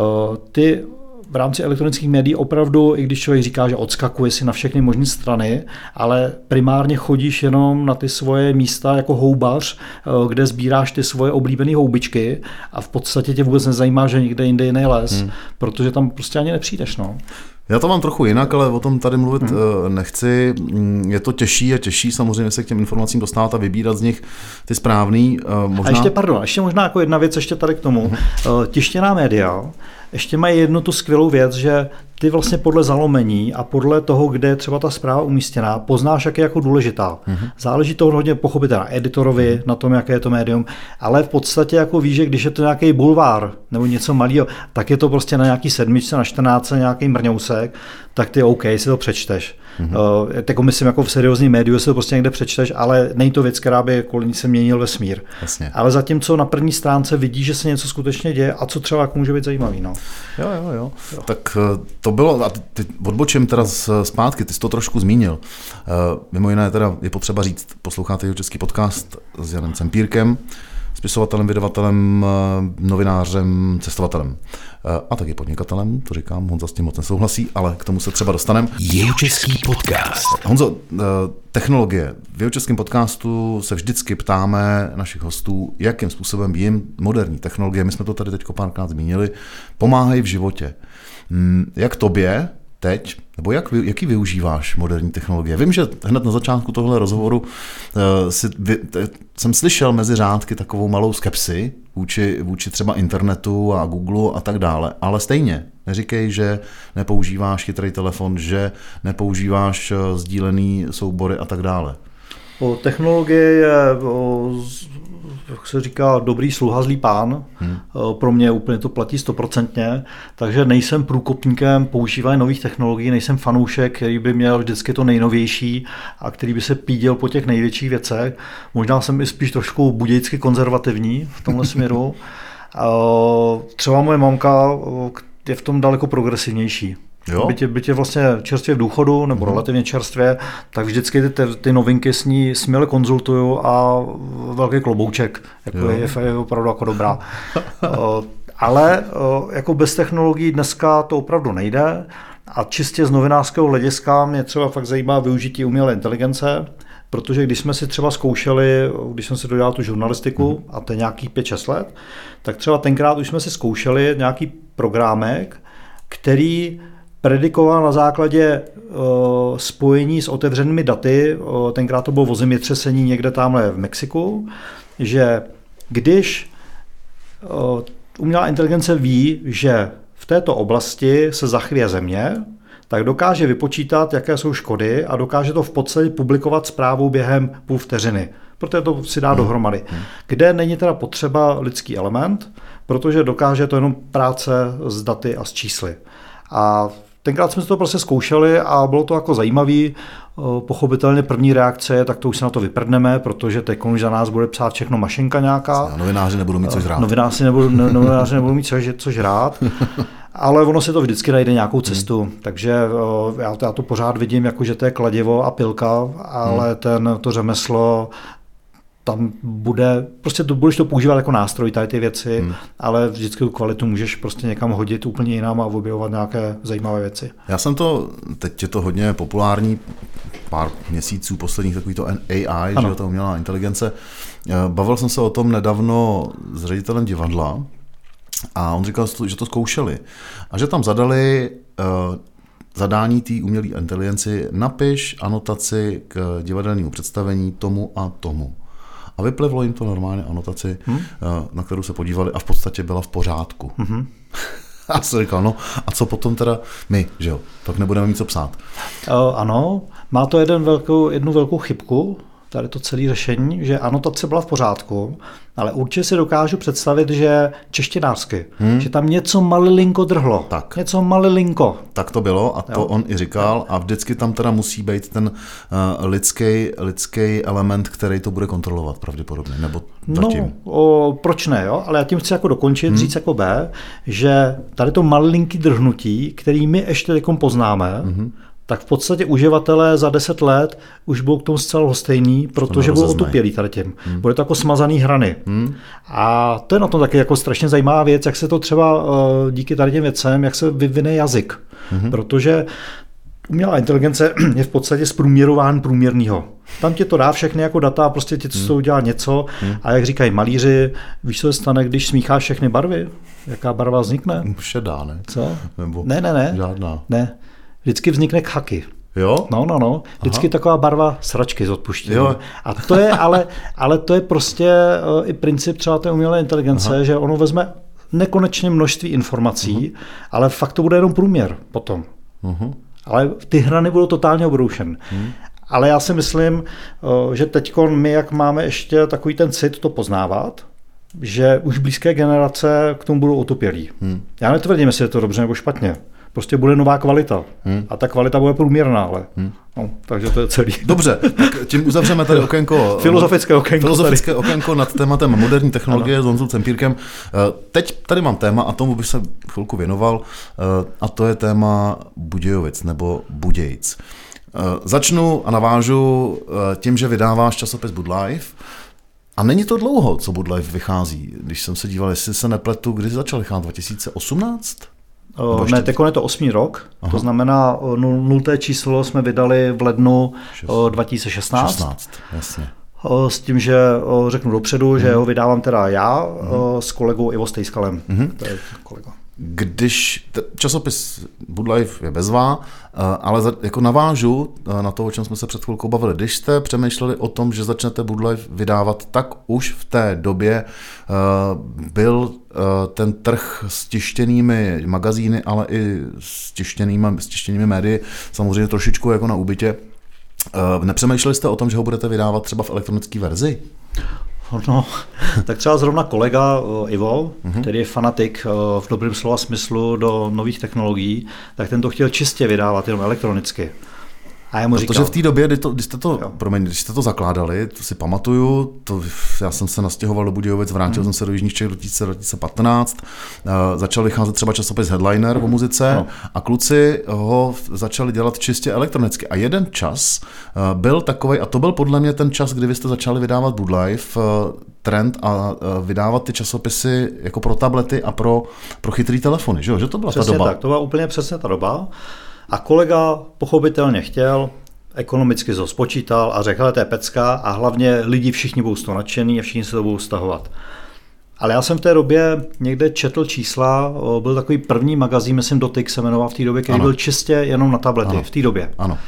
Ty v rámci elektronických médií opravdu, i když člověk říká, že odskakuje si na všechny možné strany, ale primárně chodíš jenom na ty svoje místa jako houbař, kde sbíráš ty svoje oblíbené houbičky a v podstatě tě vůbec nezajímá, že někde jinde jiný les, hmm. protože tam prostě ani nepřijdeš. No. Já to mám trochu jinak, ale o tom tady mluvit hmm. nechci. Je to těžší a těžší samozřejmě se k těm informacím dostat a vybírat z nich ty správný. Možná... A ještě, pardon, ještě možná jako jedna věc ještě tady k tomu. Hmm. Tištěná média ještě mají jednu tu skvělou věc, že ty vlastně podle zalomení a podle toho, kde je třeba ta zpráva umístěná, poznáš, jak je jako důležitá. Mm-hmm. Záleží to hodně pochopit na editorovi, mm-hmm. na tom, jaké je to médium, ale v podstatě jako víš, že když je to nějaký bulvár nebo něco malého, tak je to prostě na nějaký sedmičce, na čtrnáctce, nějaký mrňousek, tak ty OK, si to přečteš. Mm-hmm. Uh, jako myslím, jako v seriózní médiu si to prostě někde přečteš, ale není to věc, která by kolem ní se měnil vesmír. Jasně. Ale zatímco na první stránce vidíš, že se něco skutečně děje a co třeba může být zajímavý. No. Jo, jo, jo, jo. Tak to bylo, a ty odbočím teda zpátky, ty jsi to trošku zmínil. Uh, mimo jiné teda je potřeba říct, posloucháte český podcast s Janem Cempírkem, spisovatelem, vydavatelem, novinářem, cestovatelem a taky podnikatelem, to říkám, Honza s tím moc nesouhlasí, ale k tomu se třeba dostaneme. Jihočeský podcast. Honzo, technologie. V Jihočeském podcastu se vždycky ptáme našich hostů, jakým způsobem jim moderní technologie, my jsme to tady teď párkrát zmínili, pomáhají v životě. Jak tobě teď, nebo jak, jaký využíváš moderní technologie? Vím, že hned na začátku tohle rozhovoru uh, si, vy, t, jsem slyšel mezi řádky takovou malou skepsi vůči, vůči třeba internetu a Google a tak dále, ale stejně neříkej, že nepoužíváš chytrý telefon, že nepoužíváš uh, sdílený soubory a tak dále. O technologie je, o, jak se říká, dobrý sluha, zlý pán. Hmm. Pro mě úplně to platí stoprocentně, takže nejsem průkopníkem používání nových technologií, nejsem fanoušek, který by měl vždycky to nejnovější a který by se píděl po těch největších věcech. Možná jsem i spíš trošku budějicky konzervativní v tomhle směru. Třeba moje mamka je v tom daleko progresivnější. Byť je, byť je vlastně čerstvě v důchodu, nebo mm. relativně čerstvě, tak vždycky ty, ty novinky s ní směle konzultuju a velký klobouček, jako je, je opravdu jako dobrá. Ale jako bez technologií dneska to opravdu nejde a čistě z novinářského hlediska mě třeba fakt zajímá využití umělé inteligence, protože když jsme si třeba zkoušeli, když jsem si dodělal tu žurnalistiku, mm. a to je nějakých pět šest let, tak třeba tenkrát už jsme si zkoušeli nějaký programek, který predikoval na základě uh, spojení s otevřenými daty, uh, tenkrát to bylo o zemětřesení někde tamhle v Mexiku, že když uh, umělá inteligence ví, že v této oblasti se zachvěje země, tak dokáže vypočítat, jaké jsou škody a dokáže to v podstatě publikovat zprávou během půl vteřiny, protože to si dá hmm. dohromady. Hmm. Kde není teda potřeba lidský element, protože dokáže to jenom práce s daty a s čísly. A tenkrát jsme to prostě zkoušeli a bylo to jako zajímavý. Pochopitelně první reakce je, tak to už se na to vyprdneme, protože teď už za nás bude psát všechno mašinka nějaká. A novináři nebudou mít co žrát. Novináři nebudou, novináři nebudou mít co, co žrát, ale ono se to vždycky najde nějakou cestu. Hmm. Takže já to, já to pořád vidím, jako že to je kladivo a pilka, ale hmm. ten, to řemeslo tam bude, prostě to, budeš to používat jako nástroj, tady ty věci, hmm. ale vždycky tu kvalitu můžeš prostě někam hodit úplně jinam a objevovat nějaké zajímavé věci. Já jsem to, teď je to hodně populární, pár měsíců posledních, takový to A I, ano. že to umělá inteligence. Bavil jsem se o tom nedávno s ředitelem divadla a on říkal, že to zkoušeli a že tam zadali uh, zadání té umělé inteligenci, napiš anotaci k divadelnímu představení tomu a tomu. A vyplivlo jim to normálně anotaci, hmm? na kterou se podívali a v podstatě byla v pořádku. Hmm. Já jsem říkal, no a co potom teda my, že jo, tak nebudeme mít co psát. Uh, ano, má to jeden velkou, jednu velkou chybku, tady to celé řešení, že anotace byla v pořádku, ale určitě si dokážu představit, že češtinářsky, hmm. že tam něco malilinko drhlo. Tak. Něco malilinko. Tak to bylo a to jo. On i říkal a vždycky tam teda musí být ten uh, lidský, lidský element, který to bude kontrolovat pravděpodobně, nebo zatím. No, o, proč ne, jo? Ale já tím chci jako dokončit, hmm. říct jako B, že tady to malinký drhnutí, který my ještě takom poznáme, hmm. tak v podstatě uživatelé za deset let už budou k tomu zcela lhostejný, protože budou otupělí tady tím. Hmm. Bude to jako smazaný hrany. Hmm. A to je na tom taky jako strašně zajímavá věc, jak se to třeba díky tady těm věcem, jak se vyvine jazyk. Hmm. Protože umělá inteligence je v podstatě zprůměrován průměrnýho. Tam ti to dá všechny jako data a prostě ti to udělá něco. Hmm. A jak říkají malíři, víš, co se stane, když smícháš všechny barvy? Jaká barva vznikne? Šedá, ne? Co? Nebo ne, ne, ne. Žádná. Ne. Vždycky vznikne khaky. Jo? No, no, no. Vždycky Aha. taková barva sračky z odpuštění. Jo. A to je, ale, ale to je prostě uh, i princip třeba té umělé inteligence, Aha. že ono vezme nekonečné množství informací, uh-huh. ale fakt to bude jenom průměr potom. Uh-huh. Ale ty hrany budou totálně obroušen. Uh-huh. Ale já si myslím, uh, že teďko my, jak máme ještě takový ten cit to poznávat, že už blízké generace k tomu budou otupělí. Uh-huh. Já netvrdím, jestli je to dobře nebo špatně. Prostě bude nová kvalita. Hmm. A ta kvalita bude průměrná, ale. Hmm. No, takže to je celý. Dobře, tak tím uzavřeme tady okénko. Filozofické okénko. Filozofické tady. okénko nad tématem moderní technologie ano. s Honzou Cempírkem. Teď tady mám téma a tomu bych se chvilku věnoval a to je téma Budějovic nebo Budějc. Začnu a navážu tím, že vydáváš časopis BudLife. A není to dlouho, co BudLife vychází. Když jsem se díval, jestli se nepletu, kdy začal vycházet, dva tisíce osmnáct? Uh, ne, teď je to osmý rok, Aha. to znamená nulté číslo jsme vydali v lednu uh, dva tisíce šestnáct. šestnáct, jasně. Uh, s tím, že uh, řeknu dopředu, mm. že ho vydávám teda já mm. uh, s kolegou Ivo Stejskalem. Mm. To je kolega. Když t- časopis BudLife je bezvá, ale za, jako navážu na to, o čem jsme se před chvilkou bavili. Když jste přemýšleli o tom, že začnete BudLife vydávat, tak už v té době uh, byl uh, ten trh s tištěnými magazíny, ale i s tištěnými, s tištěnými médii samozřejmě trošičku jako na úbytě. Uh, nepřemýšleli jste o tom, že ho budete vydávat třeba v elektronické verzi? No, tak třeba zrovna kolega uh, Ivo, uh-huh. který je fanatik uh, v dobrém slova smyslu do nových technologií, tak ten to chtěl čistě vydávat jenom elektronicky. A já mu říkal, protože v té době, kdy, to, když, jste to, promiň, když jste to zakládali, to si pamatuju, to, já jsem se nastěhoval do Budějovic, vrátil hmm. jsem se do Jižních Čech do dva tisíce patnáct, uh, začal vycházet třeba časopis Headliner o muzice no. a kluci ho začali dělat čistě elektronicky. A jeden čas uh, byl takovej, a to byl podle mě ten čas, kdy vy jste začali vydávat BudLife, uh, trend a uh, vydávat ty časopisy jako pro tablety a pro, pro chytrý telefony, že, jo? Že to byla přesně ta doba? Tak, to byla úplně přesně ta doba. A kolega pochopitelně chtěl, ekonomicky to spočítal a řekl, to je pecka a hlavně lidi všichni budou z toho nadšený a všichni se to budou stahovat. Ale já jsem v té době někde četl čísla, byl takový první magazín, myslím Dotyk se jmenoval v té době, který ano. byl čistě jenom na tablety ano. v té době. Ano.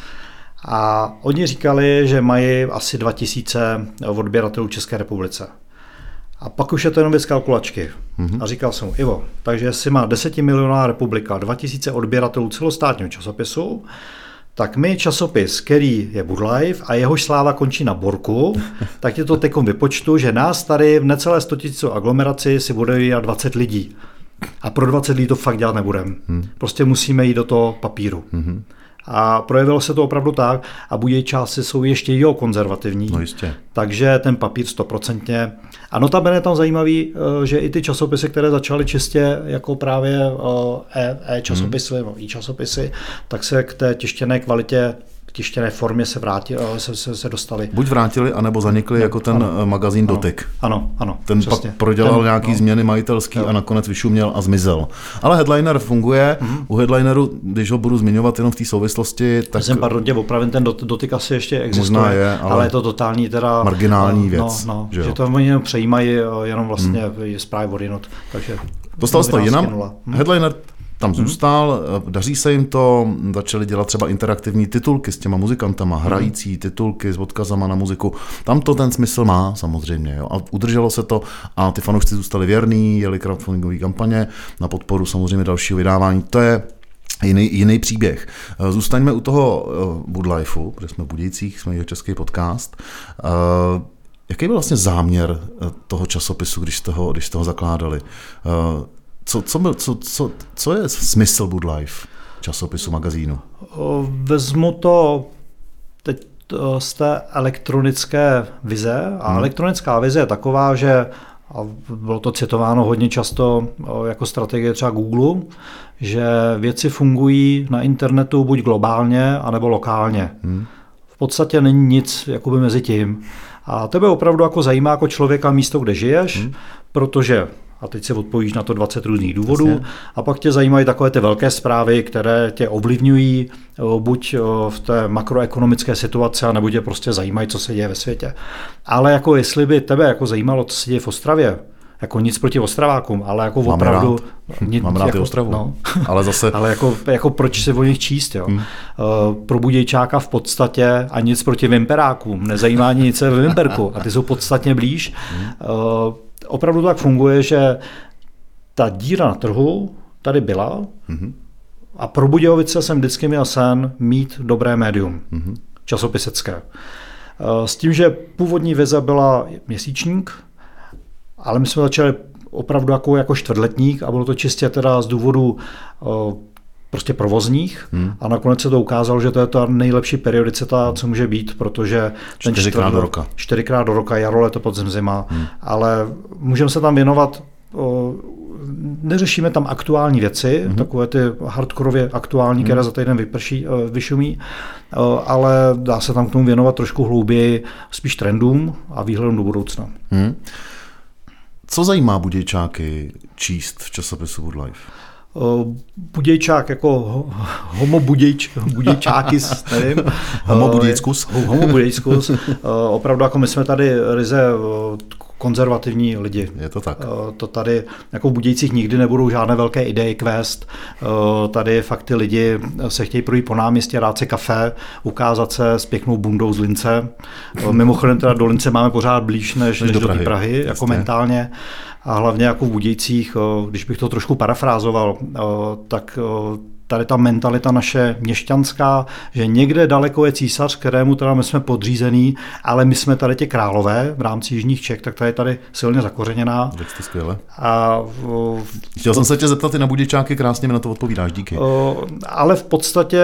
A oni říkali, že mají asi dva tisíce odběratelů v České republice. A pak už je to jenom věc kalkulačky. Mm-hmm. A říkal jsem mu, Ivo, takže jestli má desetimilionová republika dva tisíce odběratelů celostátního časopisu, tak my časopis, který je BudLife a jehož sláva končí na Borku, tak je to teďkom vypočtu, že nás tady v necelé sto tisíců aglomeraci si bude jít dvacet lidí. A pro dvacet lidí to fakt dělat nebudeme. Hmm. Prostě musíme jít do toho papíru. Hmm. A projevilo se to opravdu tak a Budějčáci jsou ještě jo konzervativní. No jistě. Takže ten papír stoprocentně. A notabene je tam zajímavý, že i ty časopisy, které začaly čistě jako právě e-časopisy, e hmm. i-časopisy, tak se k té tištěné kvalitě, k tištěné formě se, vrátili, se, se, se dostali. Buď vrátili, anebo zanikli no, jako ten ano, magazín ano, Dotyk. Ano, ano. Ten přesně. pak prodělal ten, nějaký no, změny majitelský jo. a nakonec vyšuměl a zmizel. Ale Headliner funguje. Mm-hmm. U Headlineru, když ho budu zmiňovat jenom v té souvislosti, tak... Jsem pardon, tě opravím, ten Dotyk asi ještě existuje, možná je, ale, ale je to totální teda... marginální no, věc. No, no, že, že to oni jenom přejímají jenom vlastně mm. zprávy od jinot. Takže dostal jsi to jinam. Headliner tam zůstal, hmm. daří se jim to, začali dělat třeba interaktivní titulky s těma muzikantama, hrající hmm. titulky s odkazama na muziku. Tam to ten smysl má samozřejmě. Jo. A udrželo se to a ty fanoušci zůstali věrní, jeli crowdfundingové kampaně na podporu samozřejmě dalšího vydávání. To je Jiný, jiný příběh. Zůstaňme u toho Woodlifeu, protože jsme v Budějcích, jsme jeho český podcast. Jaký byl vlastně záměr toho časopisu, když jste ho, když jste ho zakládali? Co, co, byl, co, co, co je smysl Woodlife časopisu, magazínu? Vezmu to teď z té elektronické vize. A hmm. elektronická vize je taková, že a bylo to citováno hodně často jako strategie třeba Google, že věci fungují na internetu buď globálně, anebo lokálně. Hmm. V podstatě není nic jakoby mezi tím. A tebe opravdu jako zajímá jako člověka místo, kde žiješ, hmm. protože, a teď si odpovíš na to dvacet různých důvodů, Jasně. a pak tě zajímají takové ty velké zprávy, které tě ovlivňují buď v té makroekonomické situaci, nebo tě prostě zajímají, co se děje ve světě. Ale jako jestli by tebe jako zajímalo, co se děje v Ostravě, jako nic proti Ostravákům, ale jako Mám opravdu... Rád. Nic, Mám rád jako, Ostravu. No. Ale zase... ale jako, jako proč si o nich číst, jo? Hmm. Uh, pro Budějčáka v podstatě a nic proti Vimperákům, nezajímá ani nic ve Vimperku a ty jsou podstatně blíž. Hmm. Uh, opravdu tak funguje, že ta díra na trhu tady byla hmm. a pro Budějovice jsem vždycky měl sen mít dobré médium, hmm. časopisecké. Uh, s tím, že původní vize byla měsíčník, ale my jsme začali opravdu jako, jako čtvrtletník a bylo to čistě teda z důvodu uh, prostě provozních hmm. a nakonec se to ukázalo, že to je ta nejlepší periodicita, co může být, protože ten čtyřikrát do roka. Čtyřikrát do roka, jaro, leto, podzim, zima, hmm. ale můžeme se tam věnovat, uh, neřešíme tam aktuální věci, hmm. takové ty hardkorově aktuální, hmm. které za týden vyprší, uh, vyšumí, uh, ale dá se tam k tomu věnovat trošku hlouběji, spíš trendům a výhledům do budoucna. Hmm. Co zajímá Budějčáky číst v časopisu Woodlife? Budějčák jako homo budějč, budějčáky, nevím. Homo budějskus. Homo budějskus. Opravdu jako my jsme tady ryze konzervativní lidi. Je to tak. To tady jako v Budějcích nikdy nebudou žádné velké ideje kvést. Tady fakt ty lidi se chtějí projít po náměstí, dát si kafe, ukázat se s pěknou bundou z Lince. Mimochodem teda do Lince máme pořád blíž než, než do, do Prahy, Prahy jako mentálně. A hlavně jako v Budějcích, když bych to trošku parafrázoval, tak tady ta mentalita naše měšťanská, že někde daleko je císař, kterému teda my jsme podřízený, ale my jsme tady ti králové v rámci jižních Čech, tak tady je tady silně zakořeněná. Tak to skvěle. A, Chtěl jsem se tě zeptat, ty na Budějčáky krásně mi na to odpovídáš, díky. Ale v podstatě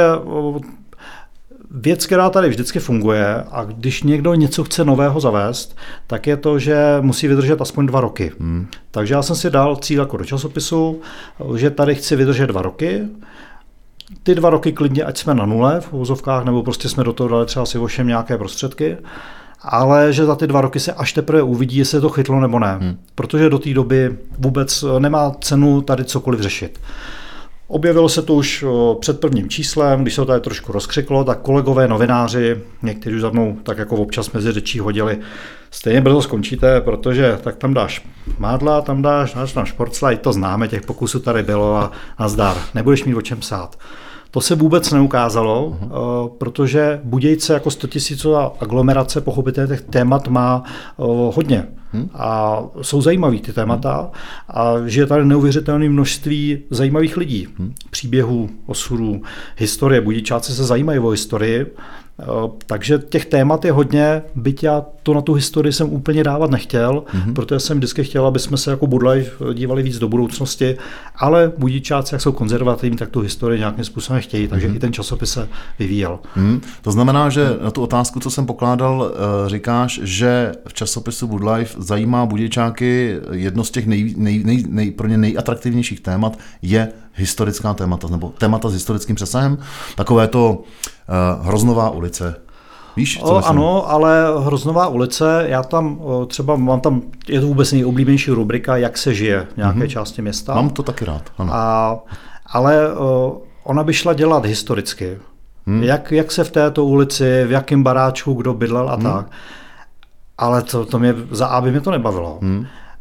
věc, která tady vždycky funguje a když někdo něco chce nového zavést, tak je to, že musí vydržet aspoň dva roky. Hmm. Takže já jsem si dal cíl jako do časopisu, že tady chci vydržet dva roky. Ty dva roky klidně, ať jsme na nule v uvozovkách, nebo prostě jsme do toho dali třeba si vošem nějaké prostředky, ale že za ty dva roky se až teprve uvidí, jestli to chytlo nebo ne. Hmm. Protože do té doby vůbec nemá cenu tady cokoliv řešit. Objevilo se to už před prvním číslem, když se to tady trošku rozkřiklo, tak kolegové novináři, někteří už za mnou tak jako občas mezi řečí hodili, stejně brzo skončíte, protože tak tam dáš mádla, tam dáš, dáš tam športslajt, to známe, těch pokusů tady bylo a nazdar, nebudeš mít o čem psát. To se vůbec neukázalo, uh-huh. protože Budějce jako stotisícová aglomerace pochopitelně těch témat má uh, hodně. Hmm. A jsou zajímavý ty témata hmm. a žije tady neuvěřitelné množství zajímavých lidí. Hmm. Příběhů, osudů, historie. Budějčáci se zajímají o historii, takže těch témat je hodně, byť já to na tu historii jsem úplně dávat nechtěl, hmm. protože jsem vždycky chtěl, aby jsme se jako Woodlife dívali víc do budoucnosti, ale Budějčáci, jak jsou konzervativní, tak tu historii nějakým způsobem chtějí, takže hmm. i ten časopis se vyvíjel. Hmm. To znamená, že na tu otázku, co jsem pokládal, říkáš, že v časopisu Woodlife zajímá Budějčáky, jedno z těch nej, nej, nej, nej, pro ně nejatraktivnějších témat je historická témata, nebo témata s historickým přesahem. Takové to uh, Hroznová ulice. Víš, co o, ano, ale Hroznová ulice, já tam třeba mám tam, je to vůbec nejoblíbenější rubrika, jak se žije v nějaké mm-hmm. části města. Mám to taky rád, ano. A, ale o, ona by šla dělat historicky. Hmm. Jak, jak se v této ulici, v jakém baráčku kdo bydlel a hmm. tak. Ale to, to mě, za A by mě to nebavilo. Hmm.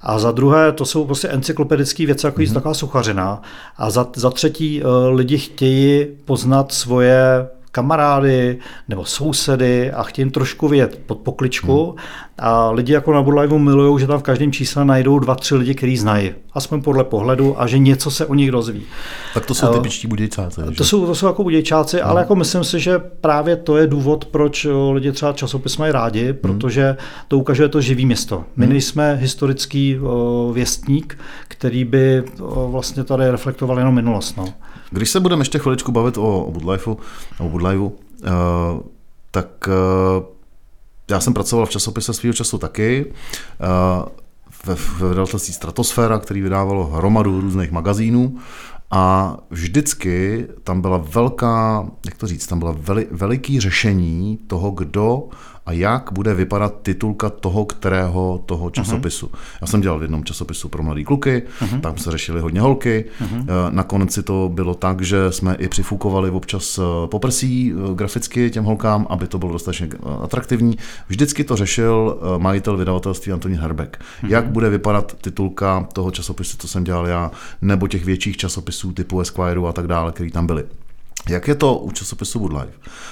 A za druhé, to jsou prostě encyklopedické věci, jako mm-hmm. taková suchařina. A za, za třetí, lidi chtějí poznat svoje kamarády nebo sousedy a chtějí jim trošku vědět pod pokličku. Hmm. A lidi jako na Budliveu milujou, že tam v každém čísle najdou dva, tři lidi, který znají. Aspoň podle pohledu a že něco se o nich dozví. Tak to jsou typičtí budějčáci. To jsou, to jsou jako budějčáci, hmm. ale jako myslím si, že právě to je důvod, proč lidi třeba časopis mají rádi, hmm. protože to ukazuje to živý město. My hmm. nejsme historický o, věstník, který by o, vlastně tady reflektoval jenom minulost. No. Když se budeme ještě chviličku bavit o, o Budliveu, o Budliveu, uh, tak uh, já jsem pracoval v časopise svýho času taky, uh, ve, ve vydavatelství Stratosféra, který vydávalo hromadu různých magazínů a vždycky tam byla velká, jak to říct, tam byla veli, veliký řešení toho, kdo a jak bude vypadat titulka toho, kterého toho časopisu. Uh-huh. Já jsem dělal v jednom časopisu pro mladý kluky, uh-huh. tam se řešily hodně holky. Uh-huh. Na konci to bylo tak, že jsme i přifukovali občas poprsí graficky těm holkám, aby to bylo dostatečně atraktivní. Vždycky to řešil majitel vydavatelství Antonín Herbek. Uh-huh. Jak bude vypadat titulka toho časopisu, co jsem dělal já, nebo těch větších časopisů typu Esquire a tak dále, který tam byly. Jak je to u časopisu Budlive?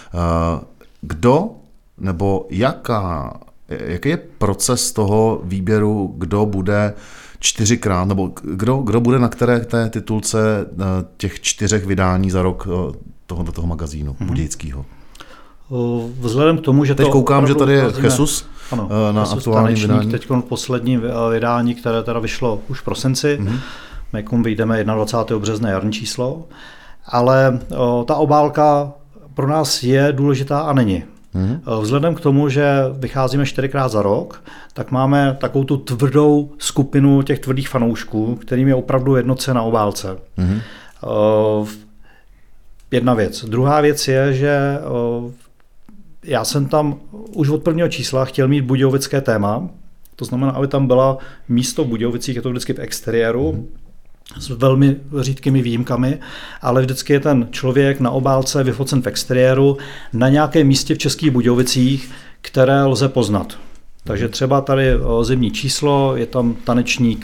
Kdo nebo jaká, jaký je proces toho výběru, kdo bude čtyřikrát, nebo kdo, kdo bude na které té titulce těch čtyřech vydání za rok tohoto toho magazínu mm-hmm. budějického? Vzhledem k tomu, že teď to koukám, že tady je nazvíme, Jesus ano, na Jesus aktuální vydání. Teď v posledním vydání, které teda vyšlo už v prosinci, mm-hmm. my vyjdeme dvacátého prvního března jarní číslo, ale o, ta obálka pro nás je důležitá a není. Hmm. Vzhledem k tomu, že vycházíme čtyřikrát za rok, tak máme takovou tu tvrdou skupinu těch tvrdých fanoušků, kterým je opravdu jedno, co je na obálce. Hmm. Uh, jedna věc. Druhá věc je, že uh, já jsem tam už od prvního čísla chtěl mít budějovické téma, to znamená, aby tam byla místo v Budějovicích, je to vždycky v exteriéru, hmm. s velmi řídkými výjimkami, ale vždycky je ten člověk na obálce vyfocen v exteriéru na nějakém místě v Českých Budějovicích, které lze poznat. Takže třeba tady zimní číslo, je tam tanečník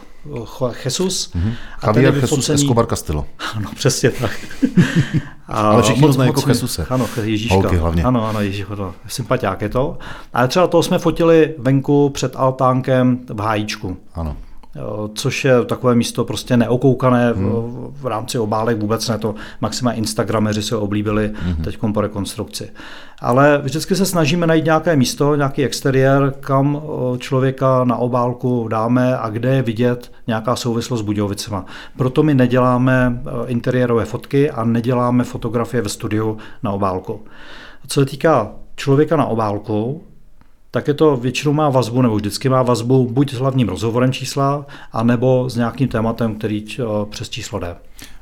Jesus. Mm-hmm. A ten je vyfocený... Jesus Escobar Castillo. Ano, přesně tak. A ale všichni ho znají jako Jesuse. Ano, Ježíška. Holky hlavně. Ano, ano, Ježíško, to sympatiák je to. Ale třeba toho jsme fotili venku před altánkem v hájíčku. Ano. Což je takové místo prostě neokoukané hmm. v, v rámci obálek, vůbec ne, to maximálně instagrameři se oblíbili hmm. teď po rekonstrukci. Ale vždycky se snažíme najít nějaké místo, nějaký exteriér, kam člověka na obálku dáme a kde je vidět nějaká souvislost s Budějovicema. Proto my neděláme interiérové fotky a neděláme fotografie ve studiu na obálku. Co se týká člověka na obálku, tak je to většinou má vazbu, nebo vždycky má vazbu buď s hlavním rozhovorem čísla, anebo s nějakým tématem, který přes číslo jde.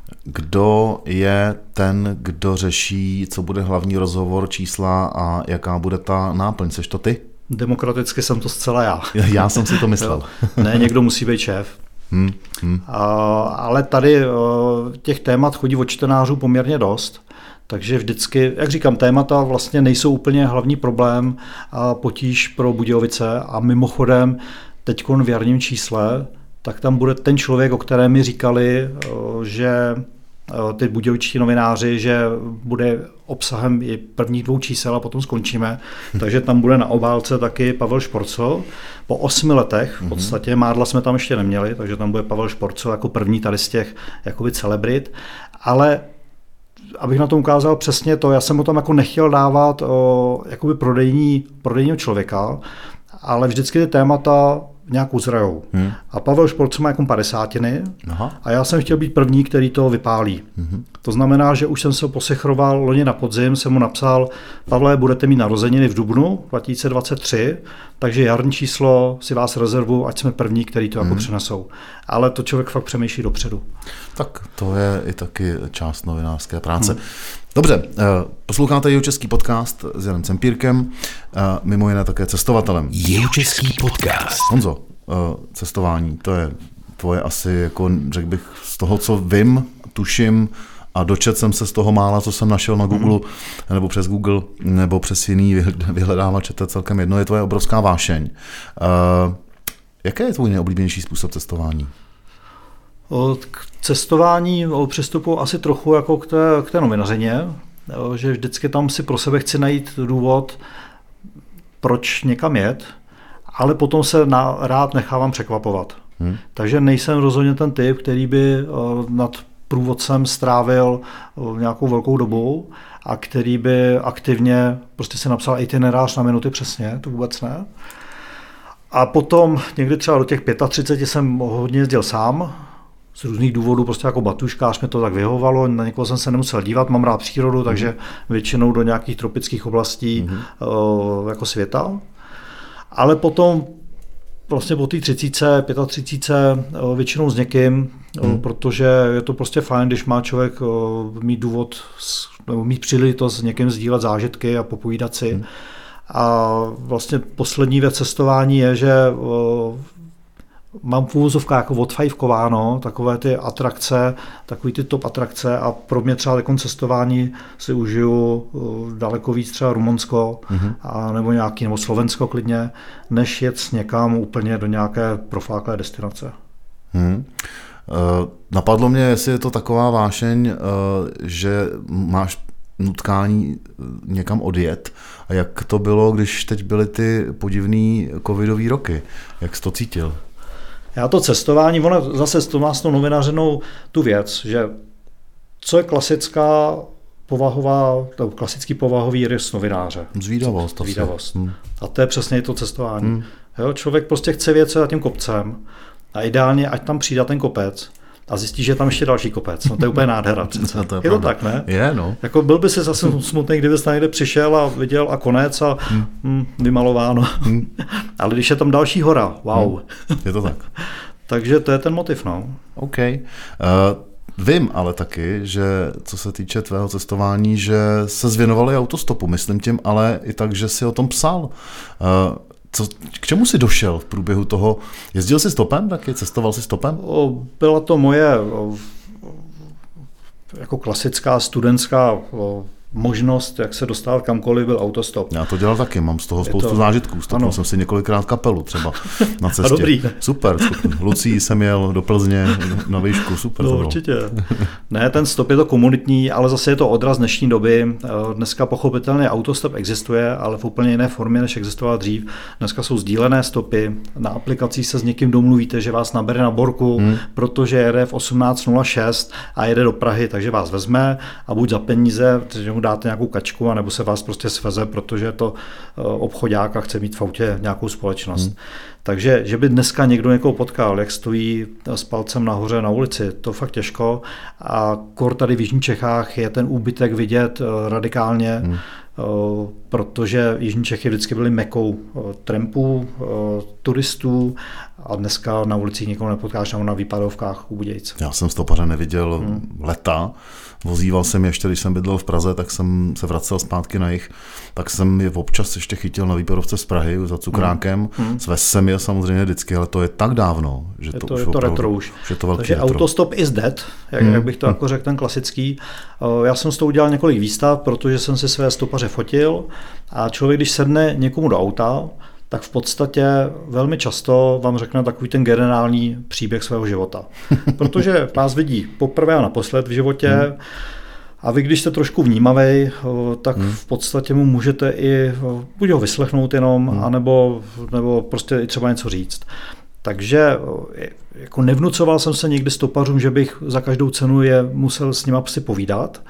Kdo je ten, kdo řeší, co bude hlavní rozhovor čísla a jaká bude ta náplň? Seš to ty? Demokraticky jsem to zcela já. Já jsem si to myslel. Ne, někdo musí být šéf. Hmm, hmm. A, ale tady těch témat chodí od čtenářů poměrně dost. Takže vždycky, jak říkám, témata vlastně nejsou úplně hlavní problém a potíž pro Budějovice a mimochodem teďkon v jarním čísle, tak tam bude ten člověk, o kterém mi říkali, že ty budějovičtí novináři, že bude obsahem i prvních dvou čísel a potom skončíme, takže tam bude na obálce taky Pavel Šporco. Po osmi letech v podstatě, Mádla jsme tam ještě neměli, takže tam bude Pavel Šporco jako první tady z těch jakoby celebrit, ale abych na to ukázal přesně to, já jsem mu tam jako nechtěl dávat o, jakoby prodejní, prodejního člověka, ale vždycky ty témata nějak uzrajou. Hmm. A Pavel Šporco má jako padesátiny Aha. a já jsem chtěl být první, který to vypálí. Hmm. To znamená, že už jsem se posechroval loni na podzim, jsem mu napsal, Pavle, budete mít narozeniny v dubnu dva tisíce dvacet tři, takže jarní číslo si vás rezervu, ať jsme první, který to hmm. jako přinesou. Ale to člověk fakt přemýšlí dopředu. Tak to je i taky část novinářské práce. Hmm. Dobře, posloucháte Jihočeský podcast s Janem Cempírkem, mimo jiné také cestovatelem. Jihočeský podcast. Honzo, cestování, to je tvoje asi, jako řekl bych, z toho, co vím, tuším a dočet jsem se z toho mála, co jsem našel na Google, mm-hmm. nebo přes Google, nebo přes jiný vyhledávač, to je celkem jedno, je tvoje obrovská vášeň. Jaké je tvůj nejoblíbenější způsob cestování? K cestování přistupuji asi trochu jako k té, k té novinařině, že vždycky tam si pro sebe chci najít důvod, proč někam jet, ale potom se na, rád nechávám překvapovat. Hmm. Takže nejsem rozhodně ten typ, který by nad průvodcem strávil nějakou velkou dobu a který by aktivně prostě si napsal itinerář na minuty přesně, to vůbec ne. A potom někdy třeba do těch třicet pět jsem hodně jezdil sám, z různých důvodů, prostě jako batuškář mi to tak vyhovovalo, na někoho jsem se nemusel dívat, mám rád přírodu, takže většinou do nějakých tropických oblastí mm-hmm. jako světa. Ale potom vlastně po té třicítce, třicítce pět většinou s někým, mm. protože je to prostě fajn, když má člověk mít důvod, nebo mít příležitost s někým sdílet zážitky a popovídat si. Mm. A vlastně poslední věc cestování je, že mám v úvozovkách jako odfajfkováno takové ty atrakce, takový ty top atrakce a pro mě třeba takové cestování si užiju daleko víc třeba Rumunsko mm-hmm. a nebo nějaký, nebo Slovensko klidně, než jet někam úplně do nějaké profláklé destinace. Hmm. Uh, napadlo mě, jestli je to taková vášeň, uh, že máš nutkání někam odjet a jak to bylo, když teď byly ty podivný covidový roky, jak jsi to cítil? Já to cestování, ono zase to má s tou novinařinou tu věc, že co je klasická povahová, klasický povahový rys novináře? Zvídavost. Zvídavost. Hmm. A to je přesně to cestování. Hmm. Jo, člověk prostě chce vědět, co je za tím kopcem a ideálně, ať tam přijde ten kopec a zjistí, že je tam ještě další kopec. No to je úplně nádhera. No, to je, je to tak, ne? Je, no. Jako byl by si zase hmm. smutný, kdyby jsi někde přišel a viděl a konec a hmm. hm, vymalováno. Hmm. Ale když je tam další hora, wow. Hmm. Je to tak. Takže to je ten motiv, no. OK. Uh, vím ale taky, že co se týče tvého cestování, že se zvěnovali autostopu, myslím tím, ale i tak, že jsi o tom psal. Uh, Co, k čemu jsi došel v průběhu toho? Jezdil jsi stopem taky? Cestoval jsi stopem? O, byla to moje o, jako klasická studentská o, možnost, jak se dostat kamkoliv, byl autostop. Já to dělal taky, mám z toho spoustu to... zážitků. Stopnul jsem si několikrát kapelu třeba na cestě. A dobrý. Super. Lucí jsem jel do Plzně na výšku, super. No, určitě. Ne, ten stop je to komunitní, ale zase je to odraz dnešní doby. Dneska pochopitelně autostop existuje, ale v úplně jiné formě, než existoval dřív. Dneska jsou sdílené stopy. Na aplikacích se s někým domluvíte, že vás nabere na borku, hmm. protože jede v osmnáct nula šest a jede do Prahy, takže vás vezme a buď za peníze, že mu dáte nějakou kačku, anebo se vás prostě sveze, protože je to obchodák a chce mít v autě nějakou společnost. Hmm. Takže, že by dneska někdo někoho potkal, jak stojí s palcem nahoře na ulici, to fakt těžko. A kor tady v jižních Čechách je ten úbytek vidět radikálně, hmm. protože jižní Čechy vždycky byly mekou trampů, turistů a dneska na ulicích nikoho nepotkáš nebo na výpadovkách u Budějc. Já jsem stopaře neviděl hmm. leta. Vozíval jsem ještě, když jsem bydlel v Praze, tak jsem se vracel zpátky na jih, tak jsem je občas ještě chytil na výpadovce z Prahy za cukrákem. Hmm. Svez jsem je samozřejmě vždycky, ale to je tak dávno, že je to, to už je to opravdu, retro už. už je to velký Takže retro. autostop is dead, jak, hmm. jak bych to hmm. jako řekl, ten klasický. Já jsem s tou udělal několik výstav, protože jsem si své stopaře fotil a člověk, když sedne někomu do auta, tak v podstatě velmi často vám řekne takový ten generální příběh svého života. Protože vás vidí poprvé a naposled v životě hmm. a vy, když jste trošku vnímavej, tak hmm. v podstatě mu můžete i buď ho vyslechnout jenom, hmm. anebo nebo prostě i třeba něco říct. Takže jako nevnucoval jsem se nikdy stopařům, že bych za každou cenu je musel s nima si povídat.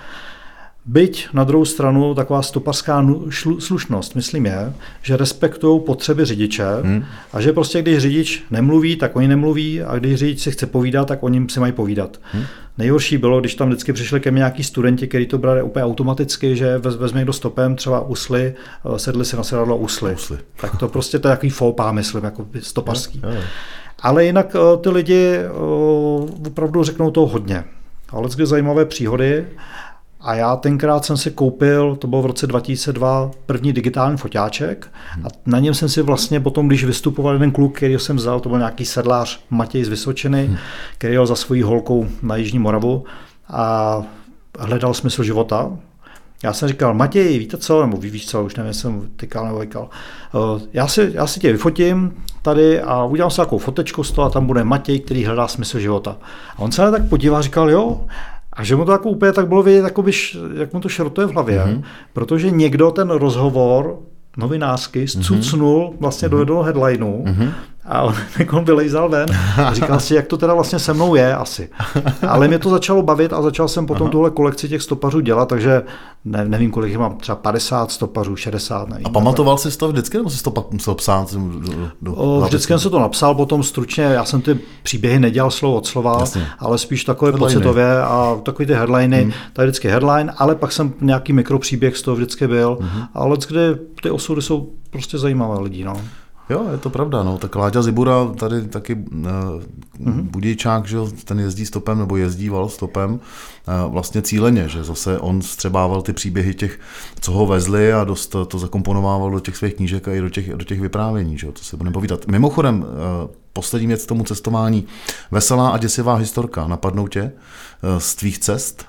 Byť na druhou stranu taková stopařská slušnost, myslím je, že respektují potřeby řidiče hmm. a že prostě když řidič nemluví, tak oni nemluví a když řidič si chce povídat, tak oni si mají povídat. Hmm. Nejhorší bylo, když tam vždycky přišli ke mně nějaký studenti, kteří to brali úplně automaticky, že vezme někdo stopem, třeba usly, sedli si na sedadlo usly. usly. Tak to prostě to je takový faux pas, myslím, jako stopařský. Je, je. Ale jinak ty lidi opravdu řeknou toho hodně. Ale vždycky zajímavé příhody. A já tenkrát jsem si koupil, to bylo v roce dva tisíce dva, první digitální foťáček a na něm jsem si vlastně potom, když vystupoval jeden kluk, který jsem vzal, to byl nějaký sedlář Matěj z Vysočiny, který jel za svojí holkou na Jižní Moravu a hledal smysl života. Já jsem říkal, Matěj, víte co, nebo ví, víš co, už nevím, jsem tykal nebo vykal. Já si, já si tě vyfotím tady a udělám si takovou fotečku z toho a tam bude Matěj, který hledá smysl života. A on se tak podíval a říkal, jo, a že mu to jako úplně tak bylo vidět, jakoby, jak mu to šrotuje v hlavě, mm-hmm. protože někdo ten rozhovor novinářsky zcucnul vlastně mm-hmm. do jednoho headlineu mm-hmm. a on jako vylejzal ven a říkal si, jak to teda vlastně se mnou je asi. Ale mě to začalo bavit a začal jsem potom Aha. tuhle kolekci těch stopařů dělat, takže ne, nevím, kolik mám, třeba padesát stopařů, šedesát, nevím. A pamatoval jsi to vždycky, nebo jsi to pak musel psát? Do, do, o, vždycky jsem se to napsal, potom stručně, já jsem ty příběhy nedělal slovo od slova, Jasně. ale spíš takové headliny. Pocitově a takový ty headliny, hmm. to je vždycky headline, ale pak jsem nějaký mikropříběh z toho vždycky byl, hmm. ale vždycky ty osudy jsou prostě zajímavé lidí, no. Jo, je to pravda, no. Tak Láďa Zibura, tady taky uh, mm-hmm. budějčák, že ten jezdí stopem, nebo jezdíval stopem, uh, vlastně cíleně, že zase on střebával ty příběhy těch, co ho vezli a dost to zakomponovával do těch svých knížek a i do těch, do těch vyprávění, že to se budeme povídat. Mimochodem, uh, poslední věc k tomu cestování, veselá a děsivá historka, napadnou tě uh, z tvých cest?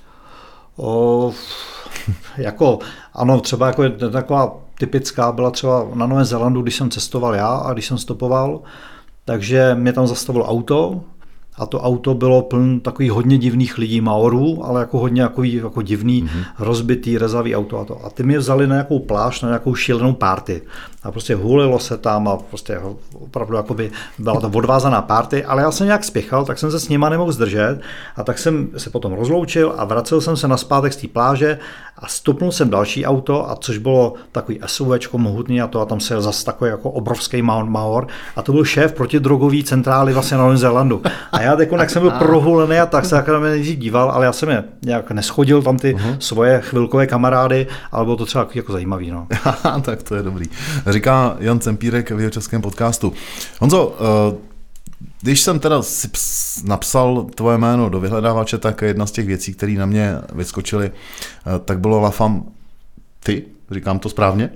O, jako, ano, třeba jako je taková typická byla třeba na Novém Zélandu, když jsem cestoval já a když jsem stopoval, takže mě tam zastavilo auto a to auto bylo pln takových hodně divných lidí Maorů, ale jako hodně jako, jako divný, mm-hmm. rozbitý, rezavý auto a to. A ty mě vzali na nějakou pláž, na nějakou šílenou party. A prostě hulilo se tam a prostě opravdu jakoby byla to odvázaná party, ale já jsem nějak spěchal, tak jsem se s nima nemohl zdržet a tak jsem se potom rozloučil a vracel jsem se nazpátek z té pláže a stopnul jsem další auto, a což bylo takový SUVčko mohutný a to a tam se zase takový jako obrovský Maor a to byl šéf protidrogové centrály vlastně na Novém Zélandu. A já teď, jak jsem byl prohulený a tak se na mě nejdřív díval, ale já jsem je nějak neschodil tam ty uh-huh. svoje chvilkové kamarády, ale bylo to třeba jako zajímavý. No. Tak to je dobrý. Říká Jan Cempírek v Jihočeském podcastu. Honzo, když jsem teda si napsal tvoje jméno do vyhledávače, tak jedna z těch věcí, které na mě vyskočily, tak bylo La Femme Ty, říkám to správně?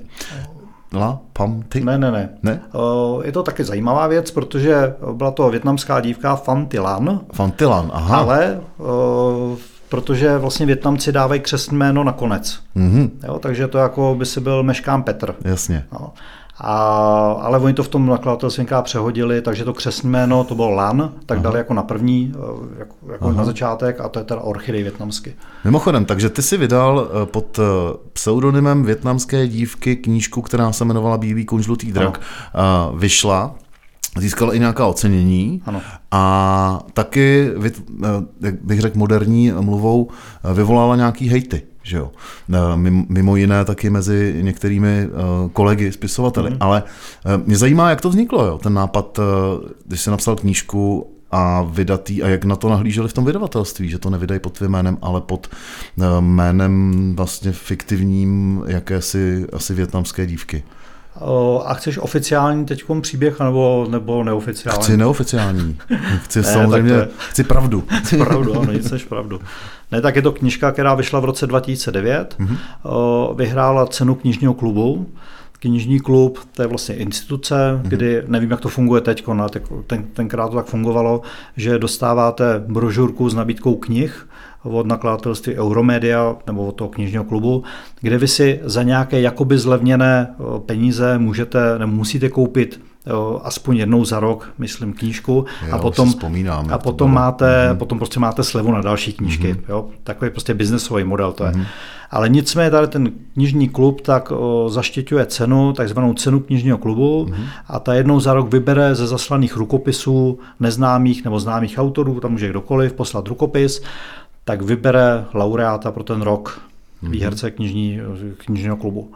La Femme Ty? Ne, ne, ne. ne? Je to taky zajímavá věc, protože byla to vietnamská dívka Pham Thi Lan. Pham Thi Lan, aha. Ale protože vlastně Vietnamci dávají křestní jméno nakonec. Mm-hmm. Jo, takže to jako by si byl Meškán Petr. Jasně. No. A, ale oni to v tom nakladatelství přehodili, takže to křestní jméno, to bylo Lan, tak Aha. dali jako na první, jako, jako na začátek, a to je teda orchidej vietnamsky. Mimochodem, takže ty si vydal pod pseudonymem vietnamské dívky knížku, která se jmenovala Bílý kůň, žlutý drak, ano. Vyšla, získala i nějaká ocenění ano. a taky, jak bych řekl moderní mluvou, vyvolala nějaký hejty. Že jo. Mimo jiné taky mezi některými kolegy, spisovateli. Mm. Ale mě zajímá, jak to vzniklo, jo? Ten nápad, když jsi napsal knížku a vydatý, a jak na to nahlíželi v tom vydavatelství, že to nevydají pod tvým jménem, ale pod jménem vlastně fiktivním jakési asi vietnamské dívky. A chceš oficiální teďkom příběh, nebo, nebo neoficiální? Chci neoficiální. Chci ne, samozřejmě, je... chci pravdu. Chci pravdu, ano, nic než pravdu. Ne, tak je to knížka, která vyšla v roce dva tisíce devět, mm-hmm. vyhrála cenu knižního klubu. Knižní klub, to je vlastně instituce, mm-hmm. kdy, nevím, jak to funguje teď, no, ten, tenkrát to tak fungovalo, že dostáváte brožurku s nabídkou knih od nakladatelství Euromedia nebo od toho knižního klubu, kde vy si za nějaké jakoby zlevněné peníze můžete, nebo musíte koupit aspoň jednou za rok, myslím, knížku jo, a potom, a potom máte, mm-hmm. potom prostě máte slevu na další knížky. Mm-hmm. Jo? Takový prostě biznesový model to je. Mm-hmm. Ale nicméně tady ten knižní klub tak o, zaštiťuje cenu, takzvanou cenu knižního klubu mm-hmm. a ta jednou za rok vybere ze zaslaných rukopisů neznámých nebo známých autorů, tam může kdokoliv poslat rukopis, tak vybere laureáta pro ten rok, mm-hmm. výherce knižní, knižního klubu.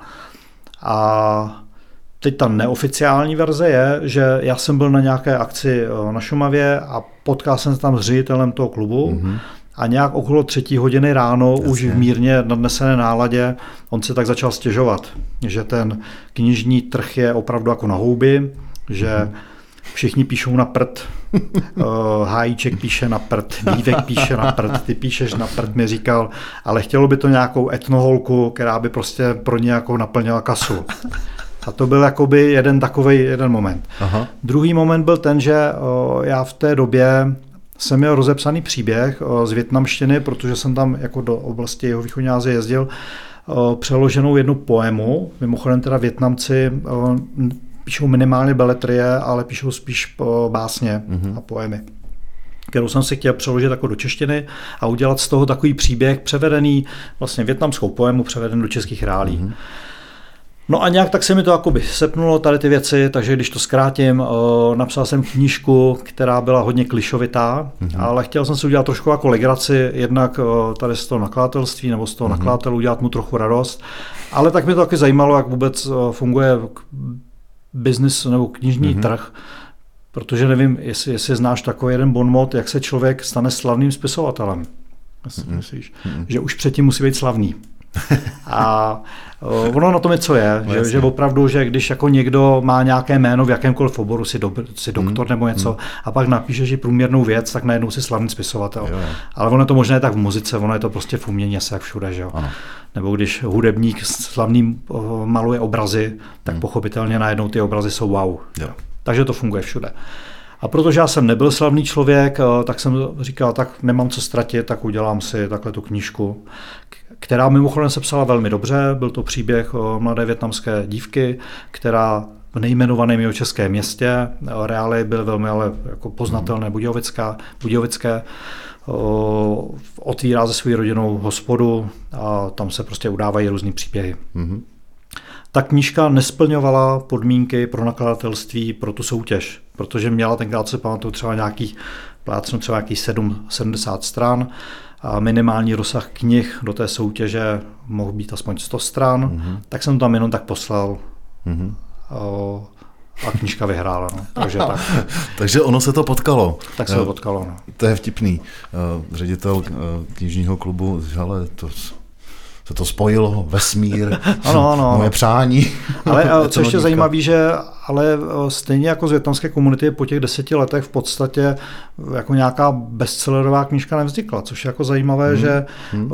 A teď ta neoficiální verze je, že já jsem byl na nějaké akci na Šumavě a potkal jsem se tam s ředitelem toho klubu mm-hmm. a nějak okolo třetí hodiny ráno, Jasně. už v mírně nadnesené náladě, on se tak začal stěžovat, že ten knižní trh je opravdu jako na houby, že mm-hmm. všichni píšou na prd, Hájíček píše na prd, Dívek píše na prd, ty píšeš na prd, mi říkal, ale chtělo by to nějakou etnoholku, která by prostě pro ně jako naplnila kasu. A to byl jakoby jeden takovej jeden moment. Aha. Druhý moment byl ten, že o, já v té době jsem měl rozepsaný příběh z vietnamštiny, protože jsem tam jako do oblasti jihovýchodní Asie jezdil, přeloženou jednu poemu. Mimochodem teda Vietnamci píšou minimálně beletrie, ale píšou spíš básně mm-hmm. a poemy, kterou jsem si chtěl přeložit jako do češtiny a udělat z toho takový příběh převedený, vlastně vietnamskou poemu převedený do českých reálí. Mm-hmm. No a nějak tak se mi to jakoby sepnulo tady ty věci, takže když to zkrátím, napsal jsem knížku, která byla hodně klišovitá, mm-hmm. ale chtěl jsem si udělat trošku jako legraci, jednak tady z toho nakladatelství nebo z toho mm-hmm. nakladatelů udělat mu trochu radost, ale tak mě to taky zajímalo, jak vůbec funguje business nebo knižní mm-hmm. trh, protože nevím, jestli, jestli znáš takový jeden bonmot, jak se člověk stane slavným spisovatelem. Mm-hmm. Myslíš, mm-hmm. že už předtím musí být slavný. A ono na tom je, co je, že, že opravdu, že když jako někdo má nějaké jméno v jakémkoliv oboru, si, do, si doktor mm. nebo něco, mm. a pak napíše, že průměrnou věc, tak najednou si slavný spisovatel. Jo, jo. Ale ono je to možná tak v muzice, ono je to prostě v umění asi jak všude, že jo. Ano. Nebo když hudebník slavný maluje obrazy, tak mm. pochopitelně najednou ty obrazy jsou wow. Jo. Takže to funguje všude. A protože já jsem nebyl slavný člověk, tak jsem říkal, tak nemám co ztratit, tak udělám si takhle tu knížku, která mimochodem se psala velmi dobře. Byl to příběh o mladé vietnamské dívky, která v nejmenovaném jeho českém městě, reály byly velmi ale jako poznatelné, Budějovická, Budějovické, o, otvírá se svou rodinou hospodu a tam se prostě udávají různý příběhy. Mm-hmm. Ta knížka nesplňovala podmínky pro nakladatelství pro tu soutěž, protože měla tenkrát, se pamatuju, třeba nějakých plácnu třeba nějakých sedmdesát stran a minimální rozsah knih do té soutěže mohl být aspoň sto stran, mm-hmm. tak jsem tam jenom tak poslal mm-hmm. o, a knížka vyhrála. No. Takže, tak. Takže ono se to potkalo. Tak se to potkalo. No. To je vtipný. Ředitel knižního klubu, ale to... se to spojilo, vesmír, ano, ano. moje přání. Ale co ještě zajímavé, že ale stejně jako z vietnamské komunity po těch deseti letech v podstatě jako nějaká bestsellerová knížka nevznikla, což je jako zajímavé, hmm. že, hmm.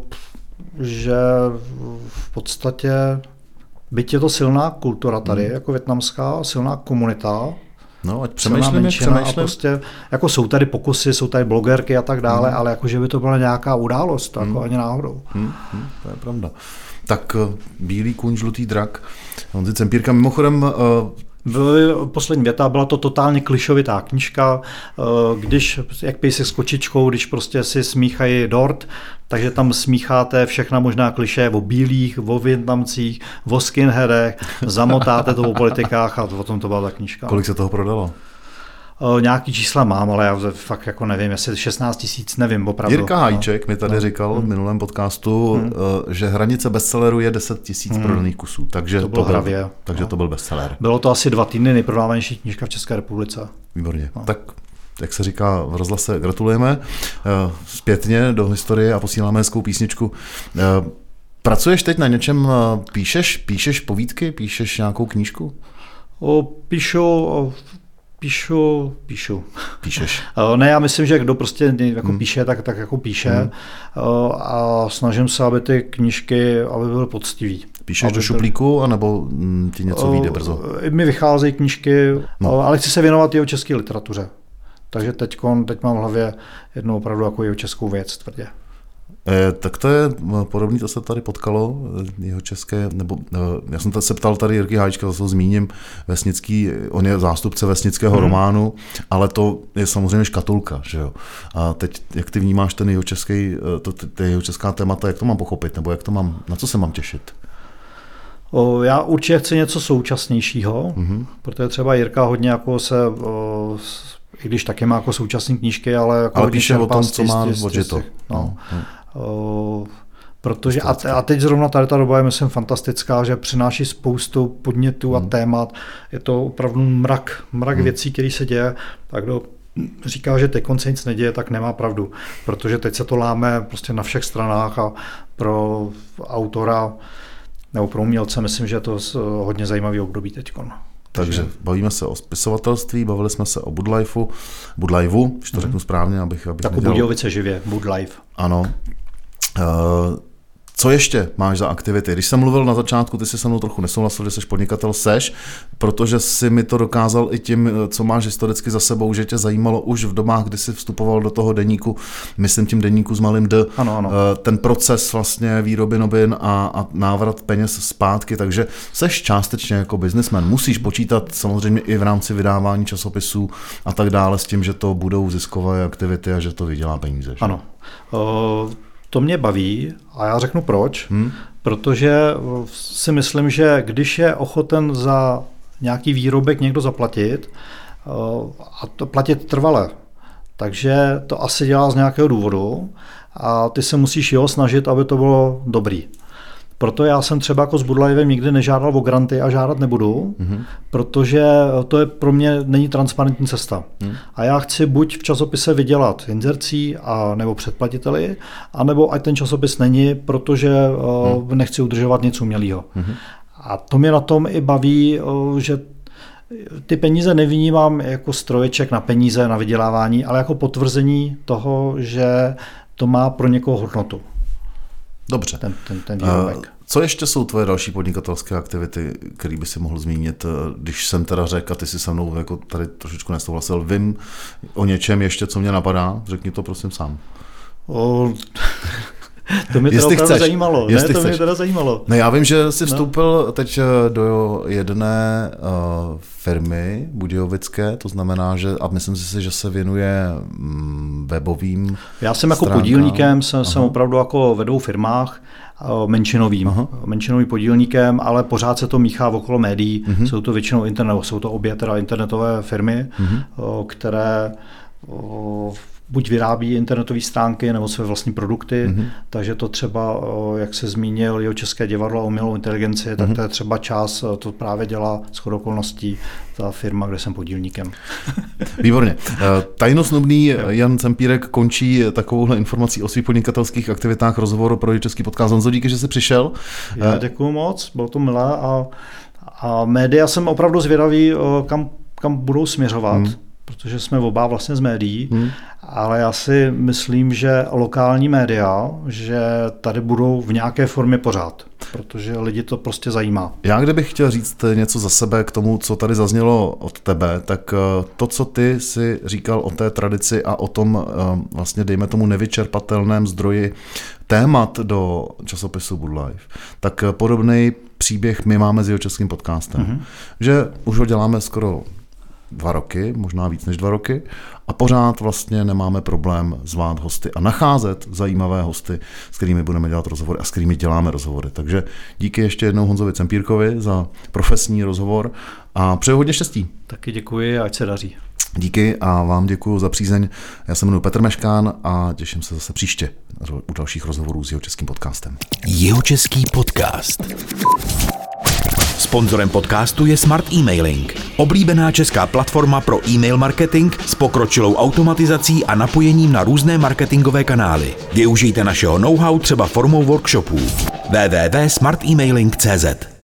že v podstatě byť je to silná kultura tady, hmm. jako vietnamská, silná komunita, no, ať přemýšlím, přemýšlím. Prostě, jako jsou tady pokusy, jsou tady blogerky a tak dále, hmm. ale jako, že by to byla nějaká událost, hmm. jako ani náhodou. Hmm. Hmm. To je pravda. Tak Bílý kůň, žlutý drak. Honzi Cempírka, mimochodem... Uh... Poslední věta, byla to totálně klišovitá knížka, když, jak pejsek s kočičkou, když prostě si smíchají dort, takže tam smícháte všechna možná klišé o bílých, o Vietnamcích, o skinheadech, zamotáte to o politikách a o tom to byla ta knížka. Kolik se toho prodalo? Nějaký čísla mám, ale já fakt jako nevím, jestli šestnáct tisíc, nevím opravdu. Jirka Hájček mi tady no. říkal hmm. v minulém podcastu, hmm. že hranice bestselleru je deset tisíc hmm. prodaných kusů, takže, to, to, byl, hravě, takže no. to byl bestseller. Bylo to asi dva týdny nejprodávanější knížka v České republice. Výborně. No. Tak jak se říká v rozhlase, gratulujeme zpětně do historie a posíláme hezkou písničku. Pracuješ teď na něčem, píšeš, píšeš povídky, píšeš nějakou knížku? O, píšu... O... Píšu, píšu. Píšeš. Ne, já myslím, že kdo prostě jako hmm. píše, tak, tak jako píše hmm. a snažím se, aby ty knížky aby byly poctivý. Píšeš do šuplíku, anebo ti něco vyjde brzo? Mi vycházejí knížky, no. ale chci se věnovat jeho české literatuře. Takže teď, teď mám v hlavě jednu opravdu jako jeho českou věc tvrdě. E, tak to je podobný, to se tady potkalo, jeho české, nebo já jsem se ptal tady Jirky Hájčka, zase ho zmíním, vesnický, on je zástupce vesnického hmm. románu, ale to je samozřejmě škatulka, že jo. A teď, jak ty vnímáš ten jeho český, to, ty jeho česká témata, jak to mám pochopit, nebo jak to mám, na co se mám těšit? O, já určitě chci něco současnějšího, hmm. protože třeba Jirka hodně jako se, o, i když taky má jako současné knížky, ale jako ale píše o tom, co má odžito. No. No. Uh, protože a, a teď zrovna tady ta doba je, myslím, fantastická, že přináší spoustu podnětů hmm. a témat. Je to opravdu mrak, mrak hmm. věcí, které se děje. A kdo říká, že teď konce nic neděje, tak nemá pravdu. Protože teď se to láme prostě na všech stranách a pro autora nebo pro umělce myslím, že je to hodně zajímavý období teď. Takže bavíme se o spisovatelství, bavili jsme se o Budlifeu, Budlifeu, když to mm-hmm. řeknu správně, abych... abych tak u Budějovice živě, Budlife. Ano. Co Co ještě máš za aktivity? Když jsem mluvil na začátku, ty jsi se mnou trochu nesouhlasil, že jsi podnikatel, seš, protože si mi to dokázal i tím, co máš historicky za sebou, že tě zajímalo už v dobách, kdy jsi vstupoval do toho deníku, myslím tím deníku s malým D, ano, ano. ten proces vlastně výroby novin a, a návrat peněz zpátky, takže seš částečně jako businessman. Musíš počítat samozřejmě i v rámci vydávání časopisů a tak dále s tím, že to budou ziskové aktivity a že to vydělá peníze. Že? Ano. Uh... To mě baví a já řeknu proč, hmm. protože si myslím, že když je ochoten za nějaký výrobek někdo zaplatit a to platit trvale, takže to asi dělá z nějakého důvodu a ty se musíš jo snažit, aby to bylo dobrý. Proto já jsem třeba jako s Budlivem nikdy nežádal o granty a žádat nebudu, mm-hmm. protože to je pro mě není transparentní cesta. Mm. A já chci buď v časopise vydělat inzercí a nebo předplatiteli, anebo ať ten časopis není, protože mm. nechci udržovat něco umělého. Mm-hmm. A to mě na tom i baví, že ty peníze nevnímám jako stroječek na peníze, na vydělávání, ale jako potvrzení toho, že to má pro někoho hodnotu. Dobře. Ten, ten, ten výrobek. Co ještě jsou tvoje další podnikatelské aktivity, které by si mohl zmínit, když jsem teda řekl, a ty si se mnou jako tady trošičku nesouhlasil, vím o něčem ještě, co mě napadá, řekni to prosím sám. O... To mě teda chceš, zajímalo. Ne, to chceš. mě teda zajímalo. Ne, já vím, že jsi vstoupil no. teď do jedné uh, firmy budějovické, to znamená, že a myslím si, že se věnuje um, webovým Já jsem jako stránkám. podílníkem, jsem, jsem opravdu jako ve dvou firmách, uh, menšinovým, Aha. menšinovým podílníkem, ale pořád se to míchá okolo médií. Uh-huh. Jsou to většinou internet, jsou to obě teda internetové firmy, uh-huh. uh, které uh, buď vyrábí internetové stránky nebo své vlastní produkty, mm-hmm. takže to třeba, jak se zmínil, Jihočeské divadlo a umělou inteligenci, mm-hmm. tak to je třeba část, to právě dělá shodou okolností ta firma, kde jsem podílníkem. Výborně. Tajnosnubný Jan Cempírek končí takovouhle informací o svých podnikatelských aktivitách rozhovoru pro Český podcast. Honzo, díky, že jsi přišel. Já děkuju moc, bylo to milé a, a média jsem opravdu zvědavý, kam, kam budou směřovat. Mm. protože jsme oba vlastně z médií, hmm. ale já si myslím, že lokální média, že tady budou v nějaké formě pořád, protože lidi to prostě zajímá. Já kdybych chtěl říct něco za sebe k tomu, co tady zaznělo od tebe, tak to, co ty si říkal o té tradici a o tom vlastně dejme tomu nevyčerpatelném zdroji témat do časopisu Budlife, tak podobný příběh my máme s Jihočeským podcastem, mm-hmm. že už ho děláme skoro dva roky, možná víc než dva roky a pořád vlastně nemáme problém zvát hosty a nacházet zajímavé hosty, s kterými budeme dělat rozhovory a s kterými děláme rozhovory. Takže díky ještě jednou Honzovi Cempírkovi za profesní rozhovor a přeju hodně štěstí. Taky děkuji a ať se daří. Díky a vám děkuji za přízeň. Já se jmenuji Petr Meškán a těším se zase příště u dalších rozhovorů s Jihočeským podcastem. Jihočeský podcast. Sponzorem podcastu je Smart Emailing, oblíbená česká platforma pro e-mail marketing s pokročilou automatizací a napojením na různé marketingové kanály. Využijte našeho know-how třeba formou workshopů. w w w tečka smart emailing tečka c z